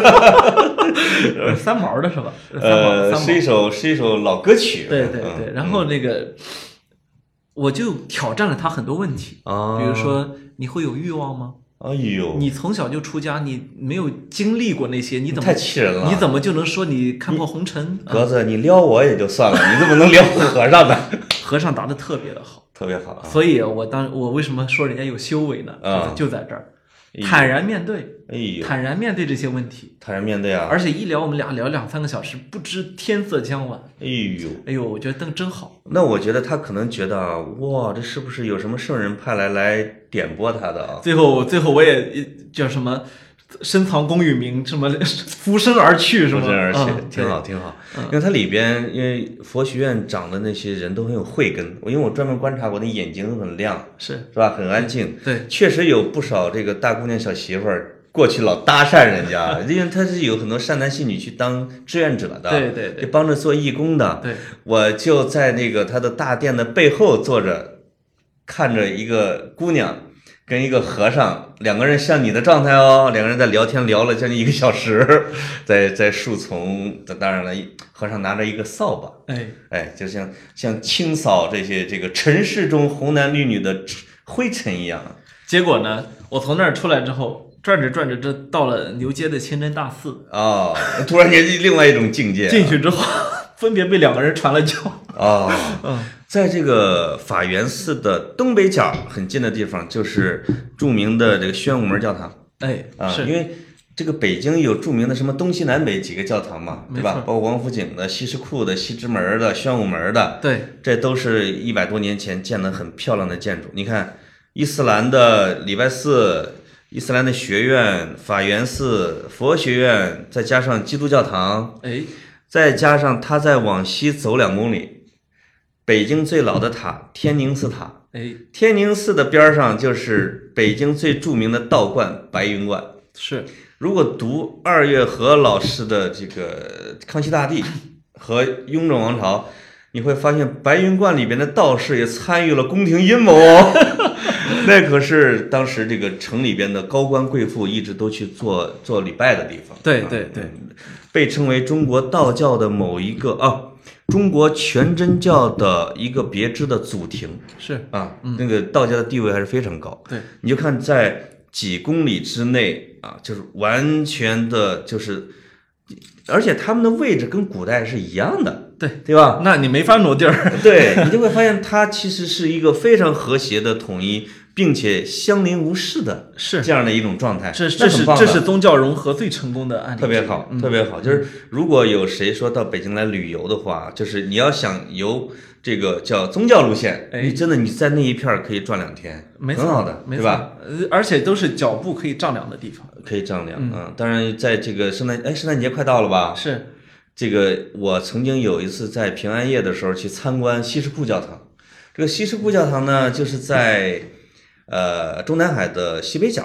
三毛的是吧？ 呃，是一首是一首老歌曲， 对对对，然后那个我就挑战了他很多问题啊， 比如说你会有欲望吗？ 哎呦， 你从小就出家，你没有经历过那些，你怎么太气人了？ 你怎么就能说你看破红尘？ 格子，你撩我也就算了，你怎么能撩和尚呢？ 和尚答的特别的好， 特别好、啊。 所以我当我为什么说人家有修为呢？ 啊， 就在这儿，坦然面对， 哎呦， 坦然面对这些问题， 坦然面对啊！ 而且一聊我们俩聊两三个小时，不知天色将晚。 哎呦， 哎呦，我觉得灯真好。 那我觉得他可能觉得啊，哇，这是不是有什么圣人派来来点拨他的啊？ 最后，最后我也叫什么？深藏功与名，什么浮生而去，是吗？ 浮生而去， 嗯、 挺好，挺好。嗯、因为它里边，因为佛学院长的那些人都很有慧根，因为我专门观察过，那眼睛很亮， 是是吧？很安静。 对， 确实有不少这个大姑娘小媳妇儿过去老搭讪人家，因为他是有很多善男信女去当志愿者的， 对对对， 就帮着做义工的。 对， 我就在那个他的大殿的背后坐着，看着一个姑娘。跟一个和尚，两个人像你的状态哦，两个人在聊天，聊了将近一个小时，在在树丛，当然了，和尚拿着一个扫把， 哎哎，就像像清扫这些这个尘世中红男绿女的灰尘一样。 结果呢，我从那儿出来之后，转着转着，这到了牛街的清真大寺哦，突然间另外一种境界、啊， 进去之后，分别被两个人传了教。 哦， 嗯。 在这个法源寺的东北角很近的地方，就是著名的这个宣武门教堂。 哎， 啊， 是因为这个北京有著名的什么东西南北几个教堂嘛，对吧？包括王府井的、西什库的、西直门的、宣武门的， 对， 这都是一百多年前建的很漂亮的建筑。你看，伊斯兰的礼拜寺、伊斯兰的学院、法源寺、佛学院，再加上基督教堂， 哎， 再加上它再往西走两公里。北京最老的塔天宁寺塔， 哎， 天宁寺的边上就是北京最著名的道观白云观。 是， 如果读二月河老师的这个康熙大帝和雍正王朝，你会发现白云观里边的道士也参与了宫廷阴谋哦。那可是当时这个城里边的高官贵妇一直都去做做礼拜的地方。 对对对， 被称为中国道教的某一个啊。中国全真教的一个别支的祖庭是啊、 嗯， 那个道家的地位还是非常高。 对， 你就看在几公里之内啊，就是完全的，就是而且他们的位置跟古代是一样的， 对对吧？ 那你没法挪地儿。 对，你就会发现它其实是一个非常和谐的统一，并且相邻无事的， 是这样的一种状态。 这这是这是宗教融合最成功的案例， 特别好，特别好。就是如果有谁说到北京来旅游的话，就是你要想游这个叫宗教路线， 哎、 你真的你在那一片可以转两天， 没很好的， 对吧？ 呃，而且都是脚步可以丈量的地方， 可以丈量。 嗯， 嗯当然，在这个圣诞，哎，圣诞节快到了吧？ 是。 这个我曾经有一次在平安夜的时候去参观西什库教堂。这个西什库教堂呢，就是在呃中南海的西北角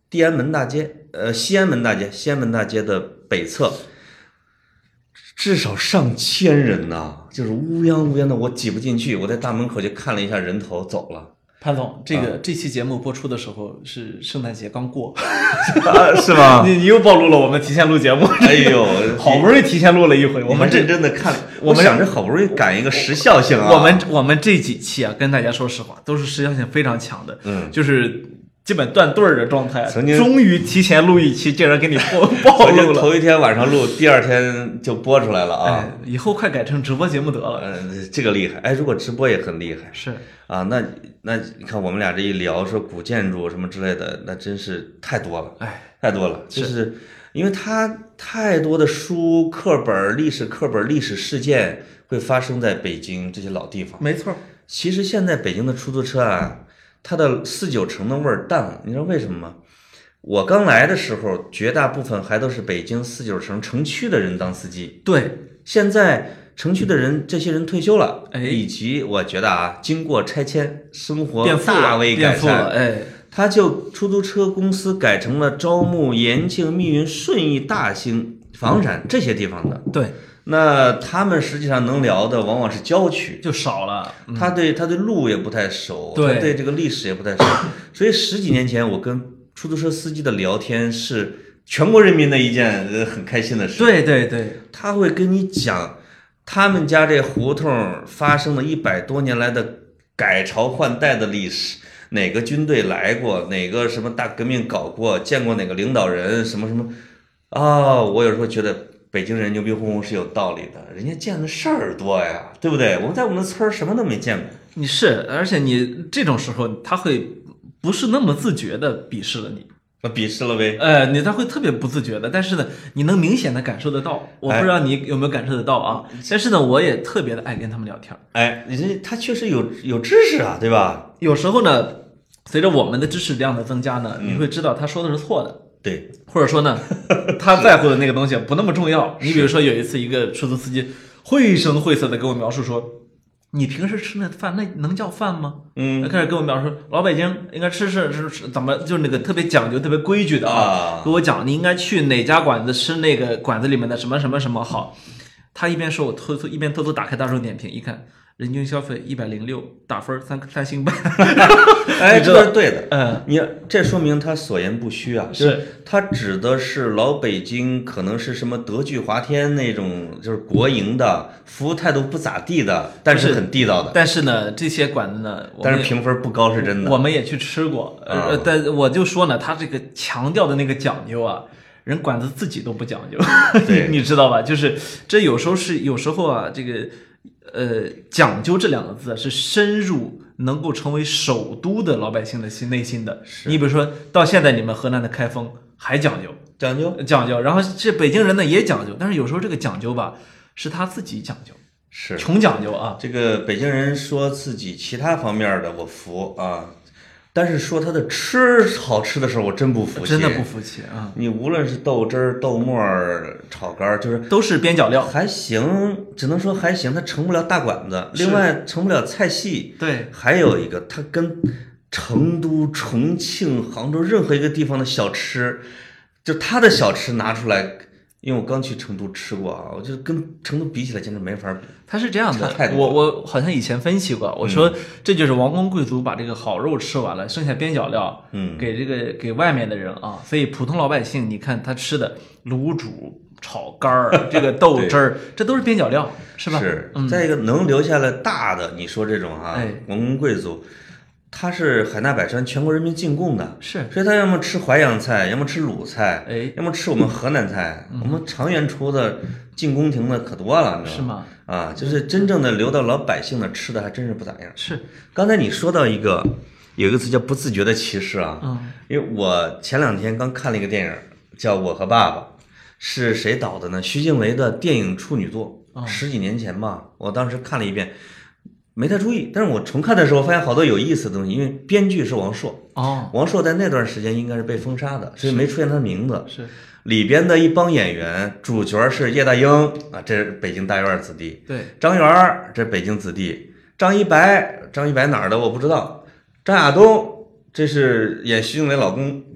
地安门大街，呃，西安门大街，西安门大街的北侧，至少上千人呐，就是乌泱乌泱的，我挤不进去，我在大门口就看了一下人头，走了。 潘总，这个、啊、这期节目播出的时候是圣诞节刚过， 啊、是吗？ 你你又暴露了我们提前录节目。 哎呦， 好不容易提前录了一回，我们认真的看，我们想着好不容易赶一个时效性啊。 我们我们这几期啊，跟大家说实话，都是时效性非常强的，嗯，就是基本断队儿的状态。 曾经终于提前录一期，竟然给你暴暴露了。 头一天晚上录，第二天就播出来了啊！ 哎、以后快改成直播节目得了。 嗯、呃，这个厉害。哎，如果直播也很厉害。 是。 啊，那那你看我们俩这一聊说古建筑什么之类的，那真是太多了， 哎， 太多了。就是因为它太多的书、课本、历史课本、历史事件会发生在北京这些老地方。 没错。 其实现在北京的出租车啊，它的四九城的味儿淡了，你知道为什么吗？我刚来的时候，绝大部分还都是北京四九城城区的人当司机。 对， 现在。城区的人，这些人退休了， 哎， 以及我觉得啊，经过拆迁，生活变富大为改善， 哎， 他就出租车公司改成了招募延庆、密云、顺义、大兴、房山这些地方的。 对， 那他们实际上能聊的往往是郊区， 就少了。 嗯、他对他对路也不太熟， 对， 他对这个历史也不太熟，所以十几年前我跟出租车司机的聊天是全国人民的一件很开心的事。 对对对， 他会跟你讲。他们家这胡同发生了一百多年来的改朝换代的历史，哪个军队来过，哪个什么大革命搞过，见过哪个领导人，什么什么啊、哦！我有时候觉得北京人牛逼哄哄是有道理的，人家见的事儿多呀，对不对？我们在我们的村儿什么都没见过。 你是，而且你这种时候他会不是那么自觉的鄙视了你。 鄙视了呗， 呃，你他会特别不自觉的，但是呢，你能明显的感受得到，我不知道你有没有感受得到啊？哎、但是呢，我也特别的爱跟他们聊天。 哎，你这他确实有有知识啊，对吧？ 有时候呢，随着我们的知识量的增加呢，嗯、你会知道他说的是错的， 对， 或者说呢，他在乎的那个东西不那么重要。你比如说有一次，一个出租司机绘声绘色的跟我描述说。你平时吃那饭，那能叫饭吗？ 嗯， 他开始跟我描述，老北京应该吃是是是怎么，就是那个特别讲究、特别规矩的啊。跟我讲，你应该去哪家馆子吃那个馆子里面的什么什么什么好。他一边说，我偷偷一边偷偷打开大众点评，一看人均消费一百零六，打分三三星半。 哎，这是对的。 嗯， 你这说明他所言不虚啊。 是， 他指的是老北京，可能是什么德聚华天那种，就是国营的，服务态度不咋地的，但是很地道的。 但是呢，这些馆子呢， 但是评分不高是真的。 我们也去吃过，呃， 嗯、 但我就说呢，他这个强调的那个讲究啊。人馆子自己都不讲究，你知道吧？就是这有时候是有时候啊，这个呃讲究这两个字是深入能够成为首都的老百姓的心内心的。你比如说到现在你们河南的开封还讲究， 讲究讲究，然后这北京人呢也讲究，但是有时候这个讲究吧是他自己讲究， 是穷讲究啊。 这个北京人说自己其他方面的我服啊。但是说它的吃好吃的时候，我真不服气， 真的不服气啊！ 你无论是豆汁儿、豆沫儿、炒肝，就是都是边角料， 还行，只能说还行，它成不了大馆子，另外成不了菜系。 对， 还有一个，它跟成都、重庆、杭州任何一个地方的小吃，就它的小吃拿出来。因为我刚去成都吃过啊，我觉得跟成都比起来简直没法比。 它是这样的，我我好像以前分析过，我说这就是王公贵族把这个好肉吃完了，剩下边角料， 嗯， 给这个给外面的人啊，所以普通老百姓，你看他吃的卤煮、炒肝儿，这个豆汁儿，这都是边角料，是吧？ 是。 嗯、 再一个，能留下来大的，你说这种啊， 哎、 王公贵族。他是海纳百川，全国人民进贡的， 是， 所以他要么吃淮扬菜，要么吃鲁菜， 哎， 要么吃我们河南菜。 嗯、 我们常园出的进宫廷的可多了， 是吗？ 啊，就是真正的留到老百姓的吃的还真是不咋样。 是， 刚才你说到一个，有一个词叫不自觉的歧视啊， 嗯， 因为我前两天刚看了一个电影，叫《我和爸爸》，是谁导的呢？徐静蕾的电影处女作， 哦、 十几年前吧，我当时看了一遍。没太注意，但是我重看的时候发现好多有意思的东西，因为编剧是王朔， 哦， 王朔在那段时间应该是被封杀的，所以没出现他的名字。 是里边的一帮演员，主角是叶大鹰啊，这是北京大院子弟； 对， 张元这是北京子弟；张一白，张一白哪儿的我不知道；张亚东这是演徐静蕾老公；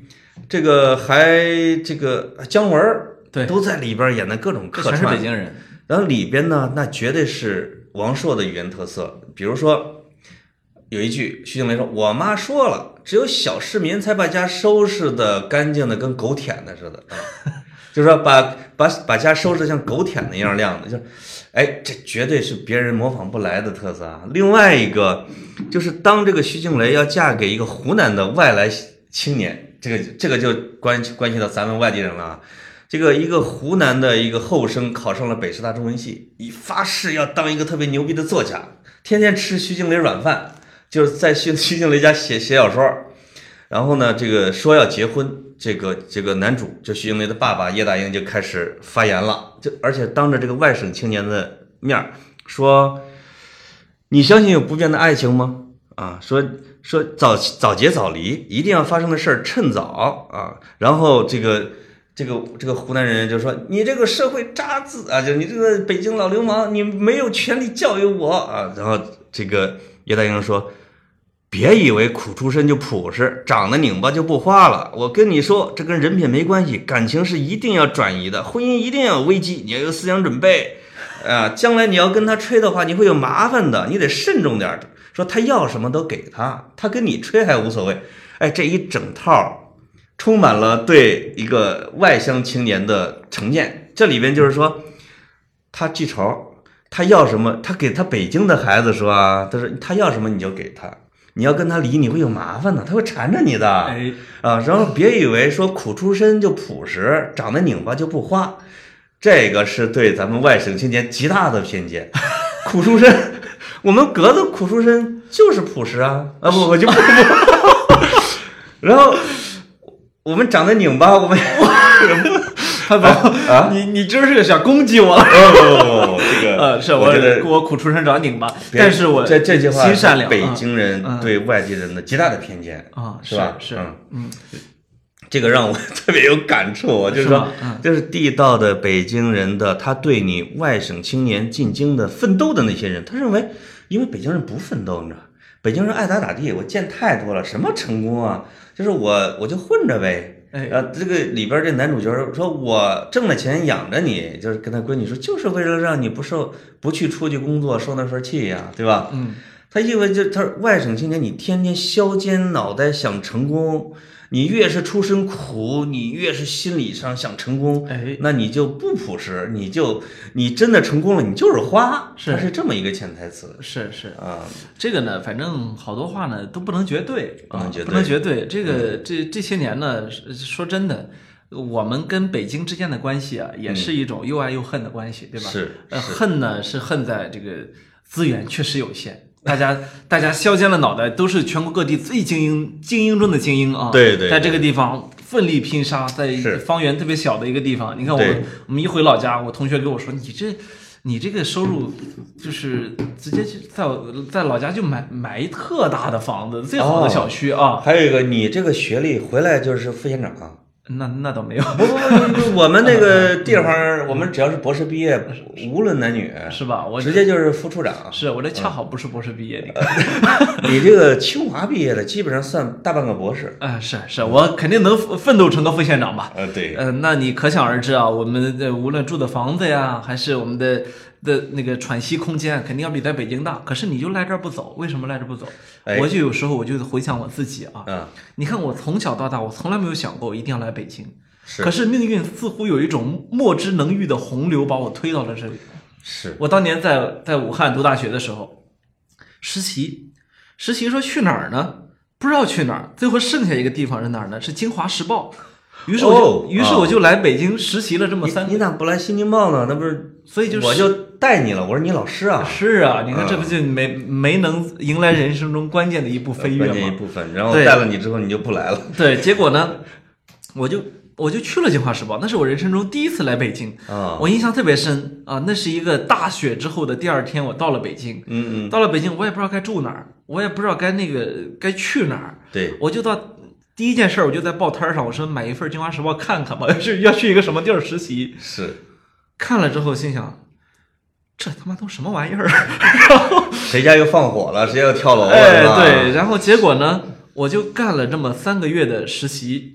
这个还这个姜文对都在里边演的各种客串， 全是北京人。 然后里边呢，那绝对是王朔的语言特色，比如说有一句徐静蕾说：“我妈说了，只有小市民才把家收拾的干净的跟狗舔的似的。”就是说把把把家收拾像狗舔的一样亮的，就，哎，这绝对是别人模仿不来的特色啊。另外一个就是当这个徐静蕾要嫁给一个湖南的外来青年，这个这个就关关系到咱们外地人了。这个一个湖南的一个后生考上了北师大中文系，以发誓要当一个特别牛逼的作家，天天吃徐静蕾软饭，就是在徐徐静蕾家写写小说。然后呢，这个说要结婚，这个这个男主就徐静蕾的爸爸叶大鹰就开始发言了，就而且当着这个外省青年的面说：“你相信有不变的爱情吗？啊，说说早早结早离，一定要发生的事儿趁早啊。”然后这个这个这个湖南人就说：“你这个社会渣子啊，就你这个北京老流氓，你没有权利教育我啊。”然后这个叶大鹰说：“别以为苦出身就朴实，长得拧巴就不花了。我跟你说，这跟人品没关系，感情是一定要转移的，婚姻一定要有危机，你要有思想准备，啊，将来你要跟他吹的话，你会有麻烦的，你得慎重点。说他要什么都给他，他跟你吹还无所谓。哎，这一整套充满了对一个外乡青年的成见。这里边就是说，他记仇，他要什么，他给他北京的孩子说啊，他说他要什么你就给他。你要跟他离，你会有麻烦的，他会缠着你的， 哎啊，然后别以为说苦出身就朴实，长得拧巴就不花，这个是对咱们外省青年极大的偏见。苦出身，我们格子苦出身就是朴实啊，啊不，我就不不，然后我们长得拧巴，我们。 他怎啊？你你这是想攻击我了？ 哦，这个呃，是我我苦出身长拧巴，但是我这这句话心善良。 北京人对外地人的极大的偏见啊， 是吧？ 是嗯嗯， 这个让我特别有感触，就是说，就是地道的北京人的他对你外省青年进京的奋斗的那些人，他认为，因为北京人不奋斗，你知道，北京人爱咋咋地，我见太多了，什么成功啊，就是我我就混着呗。 哎， 呃，这个里边这男主角说，我挣了钱养着你，就是跟他闺女说，就是为了让你不受不去出去工作受那份气呀，对吧？ 嗯， 他因为就他外省青年，你天天削尖脑袋想成功，你越是出身苦，你越是心理上想成功， 哎， 那你就不朴实，你就你真的成功了，你就是花， 是它是这么一个潜台词。 是是啊， 这个呢，反正好多话呢都不能绝对， 不能绝对， 不能绝对。这个这这些年呢，说真的，我们跟北京之间的关系啊，也是一种又爱又恨的关系，对吧？ 是， 呃，恨呢是恨在这个资源确实有限。大家，大家削尖了脑袋，都是全国各地最精英、精英中的精英啊！ 对对， 在这个地方奋力拼杀，在方圆特别小的一个地方，你看我们，我们一回老家，我同学跟我说：“你这，你这个收入，就是直接在在老家就买买一特大的房子，最好的小区啊。 哦”还有一个，你这个学历回来就是副县长。 那那倒没有， 不不不，我们那个地方，我们只要是博士毕业，无论男女， 是吧？我直接就是副处长。 是我这恰好不是博士毕业的， 你这个清华毕业的，基本上算大半个博士。 啊，是是，我肯定能奋斗成个副县长吧？ 呃，对。 呃，那你可想而知啊，我们的无论住的房子呀，还是我们的的那个喘息空间，肯定要比在北京大。可是你就赖这儿不走，为什么赖这儿不走？ 哎、 我就有时候我就回想我自己啊， 嗯， 你看我从小到大，我从来没有想过一定要来北京。 是， 可是命运似乎有一种莫之能御的洪流把我推到了这里。 是我当年在在武汉读大学的时候，实习，实习说去哪儿呢？不知道去哪儿，最后剩下一个地方是哪儿呢？是《京华时报》。于是我就， 哦、 于是我就来北京实习了这么三。 你, 你咋不来《新京报》呢？那不是， 所以就我就带你了。我说你老师啊。 是啊，你看这不就没、嗯、没能迎来人生中关键的一步飞跃吗？ 关键一部分，然后带了你之后你就不来了。 对，结果呢，我就我就去了《京华时报》，那是我人生中第一次来北京啊， 我印象特别深啊。那是一个大雪之后的第二天，我到了北京。 嗯嗯， 到了北京，我也不知道该住哪儿，我也不知道该那个该去哪儿。 对， 我就到。第一件事，我就在报摊上，我说买一份《京华时报》看看吧，是要去一个什么地儿实习。 是， 看了之后心想，这他妈都什么玩意儿？ 谁家又放火了？谁家又跳楼了？ 哎，对。然后结果呢，我就干了这么三个月的实习，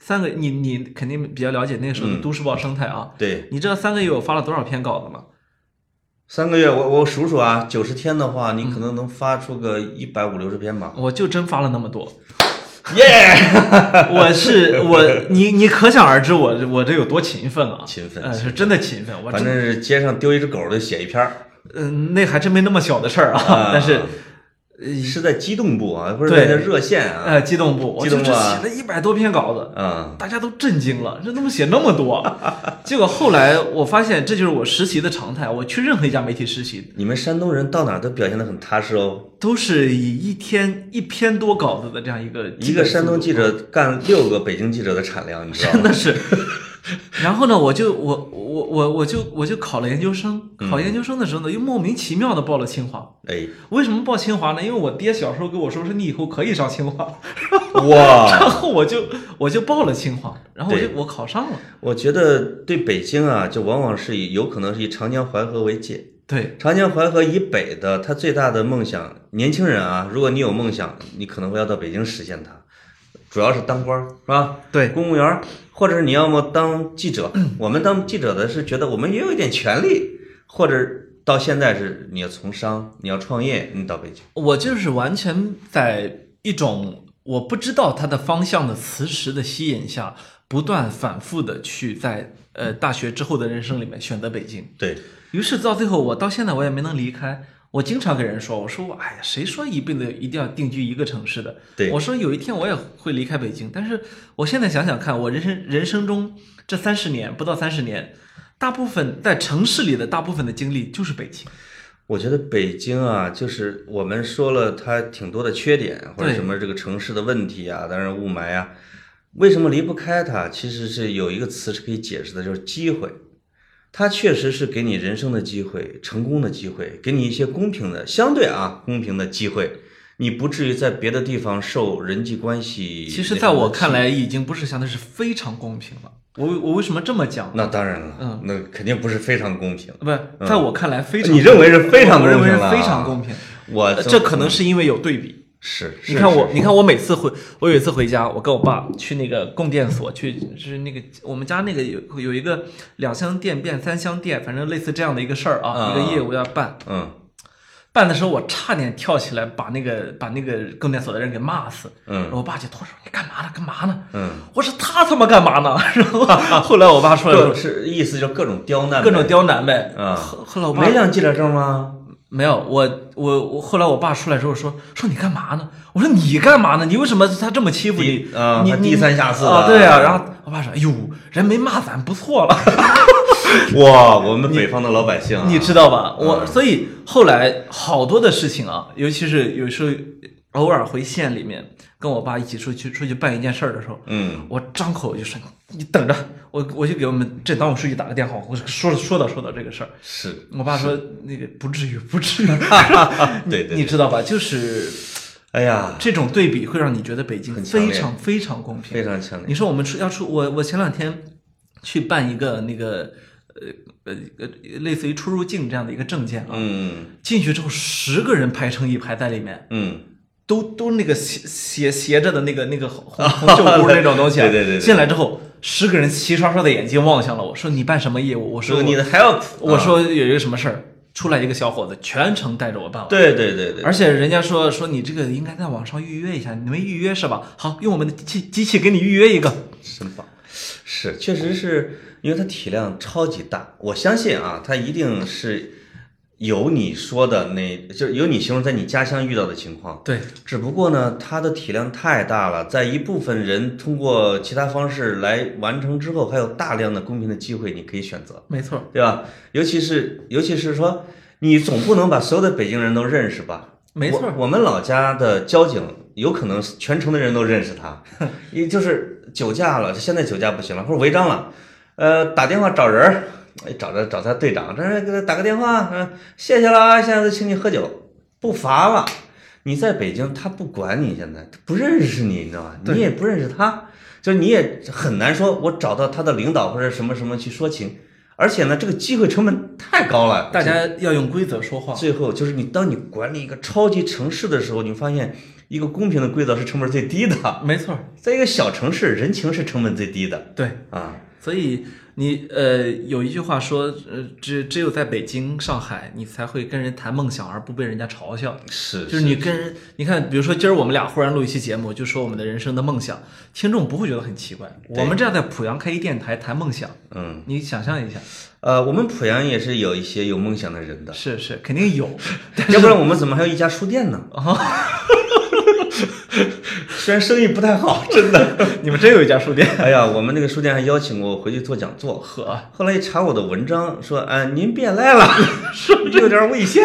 三个你你肯定比较了解那个时候的都市报生态啊。 嗯、对， 你知道三个月我发了多少篇稿子吗？ 三个月，我我数数啊，九十天的话，你可能能发出个一百五六十篇吧。 我就真发了那么多。 耶！ 我是我，你你可想而知我我这有多勤奋啊！ 勤奋， 呃，是真的勤奋。我反正是街上丢一只狗就写一篇。 嗯，那还真没那么小的事儿啊， 啊但是。 是在机动部啊，不是在热线啊。 呃，机动部，我就只写了一百多篇稿子， 嗯， 大家都震惊了，这怎么写那么多？结果后来我发现，这就是我实习的常态。我去任何一家媒体实习， 你们山东人到哪都表现得很踏实哦， 都是以一天一篇多稿子的这样一个一个山东记者干六个北京记者的产量，你知道吗？ 真的是。然后呢，我就我我我我就我就考了研究生，考研究生的时候呢，又莫名其妙的报了清华。 哎， 为什么报清华呢？因为我爹小时候跟我说，说你以后可以上清华。 哇！ 然后我就我就报了清华，然后我就我考上了。 我觉得对北京啊，就往往是以有可能是以长江淮河为界。 对， 长江淮河以北的，他最大的梦想，年轻人啊，如果你有梦想，你可能会要到北京实现它。主要是当官是吧？ 对， 公务员，或者你要么当记者。我们当记者的是觉得我们也有一点权利，或者到现在是你要从商，你要创业，你到北京。 我就是完全在一种我不知道它的方向的磁石的吸引下，不断反复的去在呃大学之后的人生里面选择北京。 对于是到最后，我到现在我也没能离开。我经常跟人说，我说我哎呀，谁说一辈子一定要定居一个城市的？ 对， 我说有一天我也会离开北京，但是我现在想想看，我人生人生中这三十年不到三十年，大部分在城市里的大部分的经历就是北京。 我觉得北京啊，就是我们说了它挺多的缺点，或者什么这个城市的问题啊，当然雾霾啊，为什么离不开它？其实是有一个词是可以解释的，就是机会。它确实是给你人生的机会，成功的机会，给你一些公平的、相对啊公平的机会，你不至于在别的地方受人际关系。 其实，在我看来，已经不是相对是非常公平了。我我为什么这么讲？ 那当然了，嗯，那肯定不是非常公平。 不是，在我看来非常。 你认为是非常公平了？ 我认为是非常公平。 我这可能是因为有对比。 是， 你看我，你看我每次回，我有一次回家，我跟我爸去那个供电所去，就是那个我们家那个有有一个两箱电变三箱电，反正类似这样的一个事儿啊，一个业务要办。 嗯， 办的时候我差点跳起来把那个把那个供电所的人给骂死。 嗯， 我爸就拖手，你干嘛呢？干嘛呢？ 嗯， 我说他他妈干嘛呢？然后后来我爸说了， 是意思就各种刁难， 各种刁难呗。 啊， 后来我爸没辆记者证吗？ 没有，我我我后来我爸出来之后说说你干嘛呢？我说你干嘛呢？你为什么他这么欺负你？ 啊， 你低三下四啊，对呀、啊。然后我爸说，哎呦，人没骂咱不错了。 哇，我们北方的老百姓、啊你，你知道吧？我、嗯、所以后来好多的事情啊，尤其是有时候偶尔回县里面跟我爸一起出去出去办一件事儿的时候， 嗯， 我张口就说你等着，我我就给我们镇党委书记打个电话，我说说到说到这个事儿， 是我爸说那个不至于不至于， 对对， 你知道吧？就是， 哎呀， 这种对比会让你觉得北京非常非常公平， 非常强烈。 你说我们出要出我我前两天去办一个那个呃呃呃类似于出入境这样的一个证件啊， 嗯， 进去之后十个人排成一排在里面， 嗯。 都都那个斜斜斜着的那个那个红红袖箍那种东西、啊， 对对 对, 对。 进来之后，十个人齐刷刷的眼睛望向了我，说你办什么业务？我说你的 help。 我说有一个什么事儿，出来一个小伙子，全程带着我办完。 对对对对。 而且人家说说你这个应该在网上预约一下，你没预约是吧？好，用我们的机机器给你预约一个。 真棒，是，确实是因为它体量超级大，我相信啊，它一定是。有你说的那，就有你形容在你家乡遇到的情况， 对， 只不过呢，它的体量太大了，在一部分人通过其他方式来完成之后，还有大量的公平的机会你可以选择， 没错， 对吧？尤其是尤其是说，你总不能把所有的北京人都认识吧？ 没错， 我, 我们老家的交警有可能全城的人都认识他，也就是酒驾了，现在酒驾不行了，或者违章了，呃，打电话找人。哎，找着找他队长，这给他打个电话，嗯，谢谢了啊，下次请你喝酒，不罚了。你在北京，他不管你，现在他不认识你，你知道吧？你也不认识他，就是你也很难说，我找到他的领导或者什么什么去说情。而且呢，这个机会成本太高了， 大家要用规则说话。 最后就是你，当你管理一个超级城市的时候，你发现一个公平的规则是成本最低的。 没错， 在一个小城市，人情是成本最低的。 对啊， 所以你呃有一句话说，呃只只有在北京、上海，你才会跟人谈梦想而不被人家嘲笑。 是， 就是你跟人，你看，比如说今儿我们俩忽然录一期节目，就说我们的人生的梦想，听众不会觉得很奇怪。我们这样在濮阳开一电台谈梦想， 嗯， 你想象一下。 呃，我们濮阳也是有一些有梦想的人的， 是是，肯定有， 要不然我们怎么还有一家书店呢？虽然生意不太好，真的。 你们真有一家书店？ 哎呀，我们那个书店还邀请我回去做讲座。 呵， 后来一查我的文章，说，啊，您别来了，这有点危险。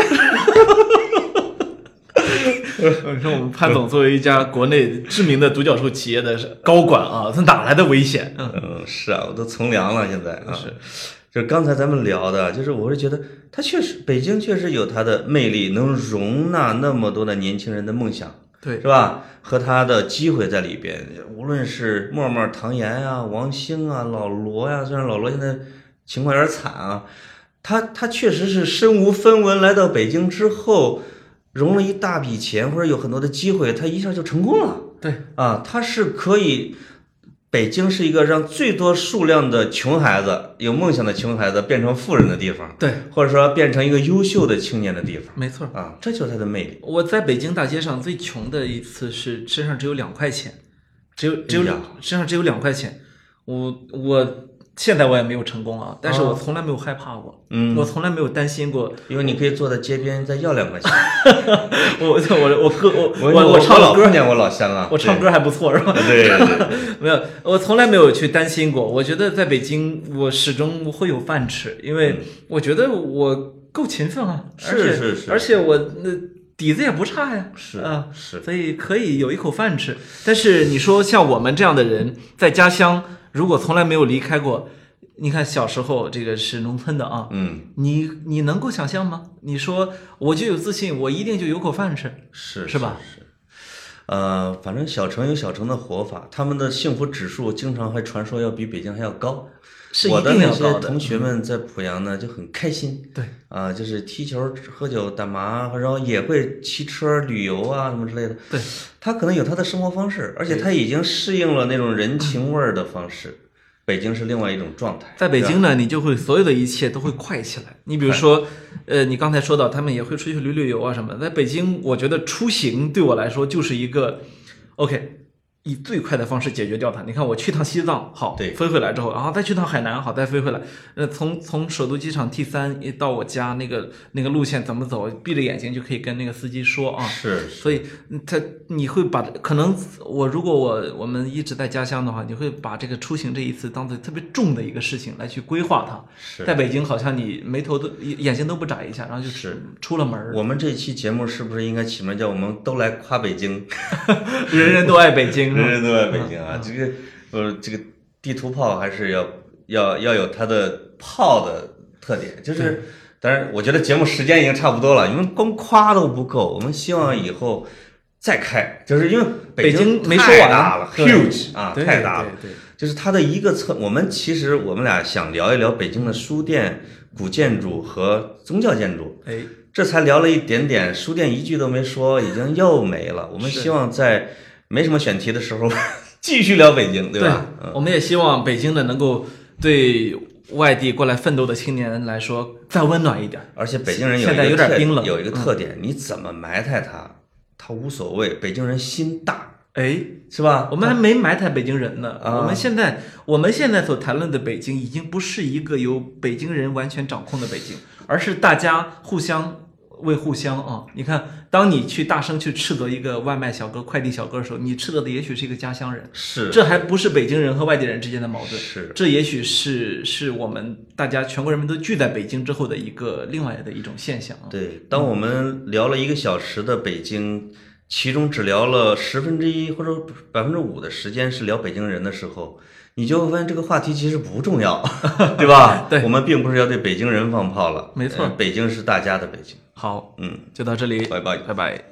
你说我们潘总作为一家国内知名的独角兽企业的高管啊，他哪来的危险？ 嗯，嗯是啊，我都从良了，现在啊。 是。 就是刚才咱们聊的，就是我是觉得它确实，北京确实有它的魅力，能容纳那么多的年轻人的梦想， 对， 是吧？和他的机会在里边，无论是默默、唐岩呀、王兴啊、老罗呀，虽然老罗现在情况有点惨啊，他他确实是身无分文来到北京之后，融了一大笔钱或者有很多的机会，他一下就成功了。 对啊，他是可以。北京是一个让最多数量的穷孩子、有梦想的穷孩子变成富人的地方， 对， 或者说变成一个优秀的青年的地方。 没错啊，这就是它的魅力。 我在北京大街上最穷的一次是身上只有两块钱，只有只有、哎、身上只有两块钱。我我现在我也没有成功啊，但是我从来没有害怕过， 嗯， 我从来没有担心过， 因为你可以坐在街边再要两块钱。 我我我歌我我我我唱歌， 老碰见我老乡啊， 我唱歌还不错是吧？ 对对对， 没有，我从来没有去担心过。我觉得在北京，我始终会有饭吃，因为我觉得我够勤奋啊， 是是是， 而且我那底子也不差呀， 是啊是， 所以可以有一口饭吃。但是你说像我们这样的人，在家乡如果从来没有离开过。你看小时候这个是农村的啊， 嗯， 你你能够想象吗？你说我就有自信，我一定就有口饭吃， 是是吧？ 是，呃，反正小城有小城的活法，他们的幸福指数经常还传说要比北京还要高。 是我的那些的同学们在濮阳呢就很开心， 对啊、呃，就是踢球、喝酒、打麻，然后也会骑车旅游啊什么之类的。 对， 他可能有他的生活方式，而且他已经适应了那种人情味儿的方式。北京是另外一种状态， 在北京呢，你就会所有的一切都会快起来。你比如说，呃，你刚才说到他们也会出去旅旅游啊什么的。在北京，我觉得出行对我来说就是一个 ，OK。以最快的方式解决掉它。你看，我去趟西藏，好， 对， 飞回来之后，然后再去趟海南，好，再飞回来。呃，从从首都机场 T 三到我家那个那个路线怎么走，闭着眼睛就可以跟那个司机说啊。 是， 所以他你会把可能我如果我我们一直在家乡的话，你会把这个出行这一次当做特别重的一个事情来去规划它。 是， 在北京好像你眉头都眼睛都不眨一下，然后就是出了门。 我们这期节目是不是应该起名叫我们都来夸北京？ 人人都爱北京。 人人都爱北京啊！嗯、这个呃，这个地图炮还是要要要有它的炮的特点，就是当然，我觉得节目时间已经差不多了，因为光夸都不够，我们希望以后再开，就是因为北京没说完大了 ，huge 啊，太大了。 对， 就是它的一个侧，我们其实我们俩想聊一聊北京的书店、古建筑和宗教建筑。 哎。 这才聊了一点点，书店一句都没说，已经又没了。我们希望在没什么选题的时候继续聊北京，对吧？ 对，我们也希望北京呢能够对外地过来奋斗的青年来说再温暖一点。 而且北京人有现在有点冰冷， 有一个特点，嗯、你怎么埋汰他，他无所谓。北京人心大， 哎， 是吧？ 我们还没埋汰北京人呢。 啊、 我们现在我们现在所谈论的北京，已经不是一个由北京人完全掌控的北京，而是大家互相。为互相啊！你看，当你去大声去斥责一个外卖小哥、快递小哥的时候，你斥责的也许是一个家乡人， 是这还不是北京人和外地人之间的矛盾， 是这也许是是我们大家全国人民都聚在北京之后的一个另外的一种现象啊。 对，当我们聊了一个小时的北京，嗯、其中只聊了十分之一或者百分之五的时间是聊北京人的时候，你就会发现这个话题其实不重要，对吧？ 对， 我们并不是要对北京人放炮了， 没错， 呃、北京是大家的北京。 好， 嗯， 就到这里， 拜拜， 拜拜。